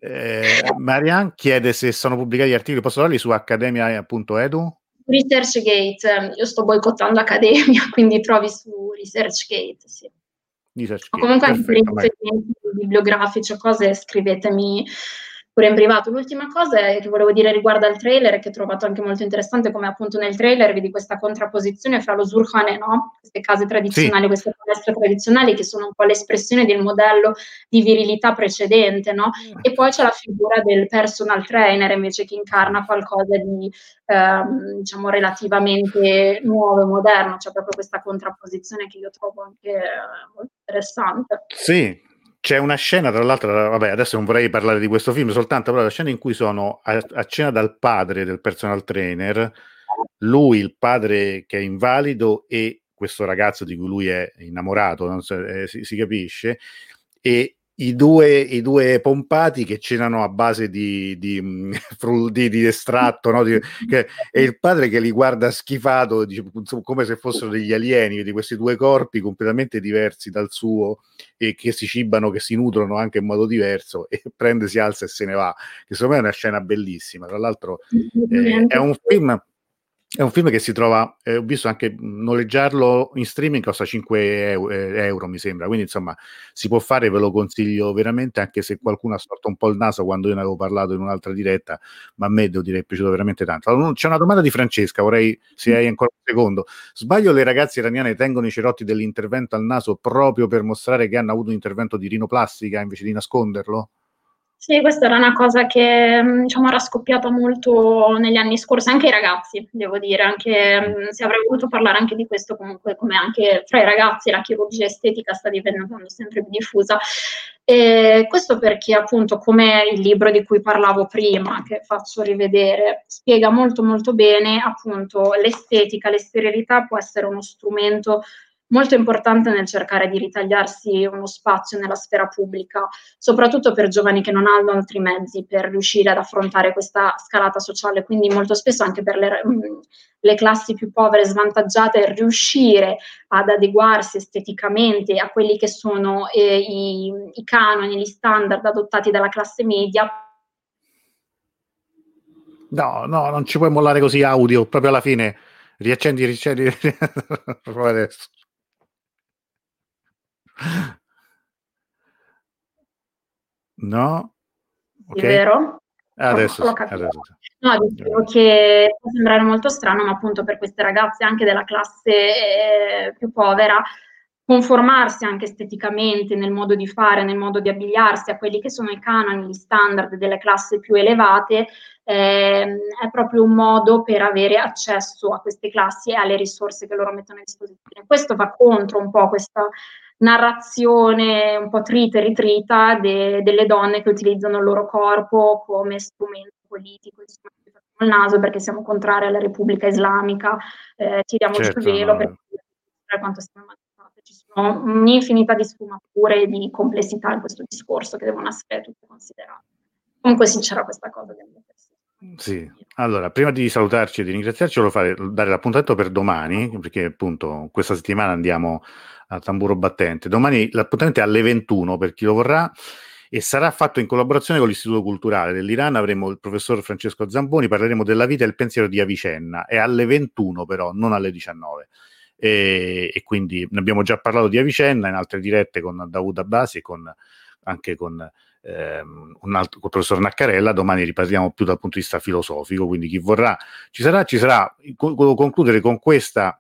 Eh, Marianne chiede se sono pubblicati gli articoli, posso darli su accademia punto edu? ResearchGate, io sto boicottando Accademia, quindi trovi su ResearchGate, sì. ResearchGate, o comunque anche per i perfetto, riferimenti bibliografici o cose, scrivetemi pure in privato. L'ultima cosa che volevo dire riguardo al trailer, che ho trovato anche molto interessante, come appunto nel trailer vedi questa contrapposizione fra lo Zurkhane, no? Queste case tradizionali, sì. queste palestre tradizionali che sono un po' l'espressione del modello di virilità precedente, no? E poi c'è la figura del personal trainer invece che incarna qualcosa di ehm, diciamo relativamente nuovo e moderno, c'è proprio questa contrapposizione che io trovo anche eh, molto interessante. Sì. C'è una scena, tra l'altro, vabbè, adesso non vorrei parlare di questo film, soltanto però la scena in cui sono a, a cena dal padre del personal trainer, lui, il padre che è invalido, e questo ragazzo di cui lui è innamorato, non so, eh, si, si capisce, e i due, i due pompati che cenano a base di, di, di, di estratto, no? Di, che, e il padre che li guarda schifato, dice, come se fossero degli alieni, di questi due corpi completamente diversi dal suo, e che si cibano, che si nutrono anche in modo diverso, e prende, si alza e se ne va, che secondo me è una scena bellissima. Tra l'altro eh, è un film È un film che si trova, eh, ho visto anche noleggiarlo in streaming, costa cinque euro mi sembra, quindi insomma si può fare, ve lo consiglio veramente, anche se qualcuno ha storto un po' il naso quando io ne avevo parlato in un'altra diretta, ma a me devo dire è piaciuto veramente tanto. Allora, c'è una domanda di Francesca, vorrei, se hai ancora un secondo, sbaglio, le ragazze iraniane tengono i cerotti dell'intervento al naso proprio per mostrare che hanno avuto un intervento di rinoplastica invece di nasconderlo? Sì, questa era una cosa che diciamo era scoppiata molto negli anni scorsi, anche ai ragazzi, devo dire, anche se avrei voluto parlare anche di questo, comunque come anche tra i ragazzi la chirurgia estetica sta diventando sempre più diffusa. E questo perché appunto, come il libro di cui parlavo prima, che faccio rivedere, spiega molto molto bene appunto l'estetica, l'esterialità può essere uno strumento molto importante nel cercare di ritagliarsi uno spazio nella sfera pubblica, soprattutto per giovani che non hanno altri mezzi per riuscire ad affrontare questa scalata sociale, quindi molto spesso anche per le, le classi più povere e svantaggiate riuscire ad adeguarsi esteticamente a quelli che sono eh, i, i canoni, gli standard adottati dalla classe media. No, no, non ci puoi mollare così audio, proprio alla fine. Riaccendi, riaccendi, proprio adesso. No? Sì, okay. Vero? Adesso, l'ho sì, capito. adesso sì. No, dicevo che può sembrare molto strano, ma appunto per queste ragazze anche della classe eh, più povera, conformarsi anche esteticamente nel modo di fare, nel modo di abbigliarsi a quelli che sono i canoni, gli standard delle classi più elevate, eh, è proprio un modo per avere accesso a queste classi e alle risorse che loro mettono a disposizione. Questo va contro un po' questa narrazione un po' trita e ritrita de, delle donne che utilizzano il loro corpo come strumento politico, insomma, il naso perché siamo contrari alla Repubblica Islamica, eh, tiriamoci certo, il velo no. perché quanto stiamo avanzate. Ci sono un'infinità di sfumature e di complessità in questo discorso che devono essere tutte considerate. Comunque sì, c'era questa cosa del mio testo. Sì, allora, prima di salutarci e di ringraziarci, volevo fare, dare l'appuntamento per domani, perché appunto questa settimana andiamo a tamburo battente. Domani l'appuntamento è alle ventuno per chi lo vorrà e sarà fatto in collaborazione con l'Istituto Culturale dell'Iran. Avremo il professor Francesco Zamboni, parleremo della vita e il pensiero di Avicenna. È alle ventuno però, non alle diciannove. E, e quindi ne abbiamo già parlato di Avicenna in altre dirette con Dawood Abbasi e con, anche con ehm, un altro, con il professor Naccarella. Domani riparliamo più dal punto di vista filosofico, quindi chi vorrà ci sarà, ci sarà. Volevo concludere con questa: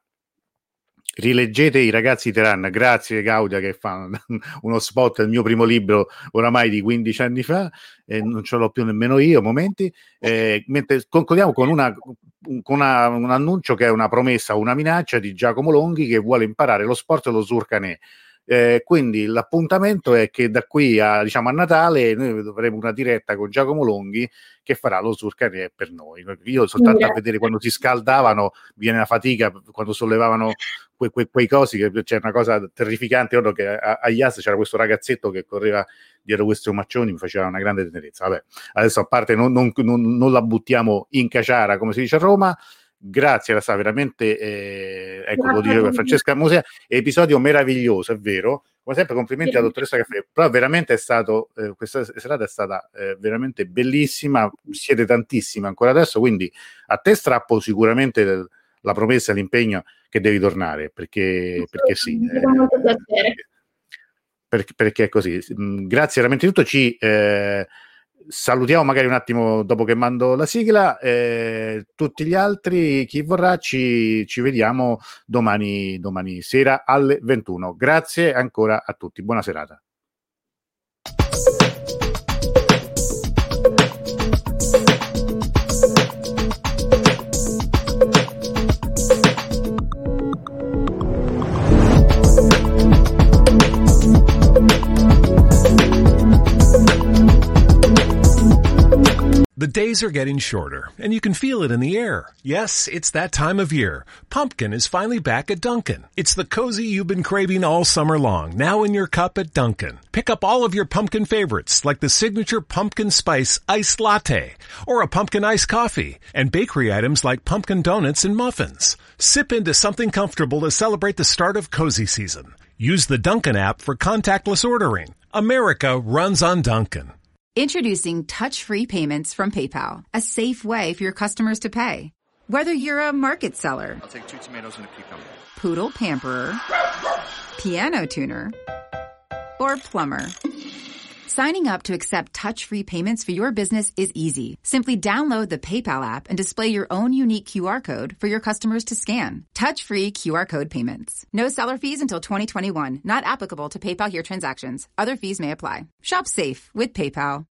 rileggete I ragazzi di Teheran, grazie Gaudia che fa uno spot del mio primo libro oramai di quindici anni fa, eh, non ce l'ho più nemmeno io momenti, eh, mentre concludiamo con, una, con una, un annuncio che è una promessa, una minaccia di Giacomo Longhi che vuole imparare lo sport dello Zurkhaneh. Eh, quindi l'appuntamento è che da qui a, diciamo, a Natale noi avremo una diretta con Giacomo Longhi che farà lo Zurkhaneh per noi. Io soltanto a vedere quando si scaldavano viene la fatica, quando sollevavano que, que, quei cosi, che c'è una cosa terrificante. Io che a, a Ias c'era questo ragazzetto che correva dietro questi omaccioni, mi faceva una grande tenerezza. Vabbè, adesso a parte non, non, non, non la buttiamo in caciara come si dice a Roma. Grazie, la sa veramente, eh, ecco, lo dicevo Francesca Musea, episodio meraviglioso, è vero, come sempre complimenti alla dottoressa Caffè, però veramente è stato, eh, questa serata è stata eh, veramente bellissima, siete tantissimi ancora adesso, quindi a te strappo sicuramente la promessa, l'impegno che devi tornare, perché, perché sì. Eh, perché, perché è così. Grazie veramente di tutto, ci eh, salutiamo magari un attimo dopo che mando la sigla, eh, tutti gli altri, chi vorrà, ci, ci vediamo domani, domani sera alle ventuno. Grazie ancora a tutti, buona serata. The days are getting shorter, and you can feel it in the air. Yes, it's that time of year. Pumpkin is finally back at Dunkin'. It's the cozy you've been craving all summer long, now in your cup at Dunkin'. Pick up all of your pumpkin favorites, like the signature pumpkin spice iced latte, or a pumpkin iced coffee, and bakery items like pumpkin donuts and muffins. Sip into something comfortable to celebrate the start of cozy season. Use the Dunkin' app for contactless ordering. America runs on Dunkin'. Introducing touch-free payments from PayPal, a safe way for your customers to pay. Whether you're a market seller, I'll take two tomatoes and a cucumber, poodle pamperer, piano tuner, or plumber, signing up to accept touch-free payments for your business is easy. Simply download the PayPal app and display your own unique Q R code for your customers to scan. Touch-free Q R code payments. No seller fees until twenty twenty-one. Not applicable to PayPal Here transactions. Other fees may apply. Shop safe with PayPal.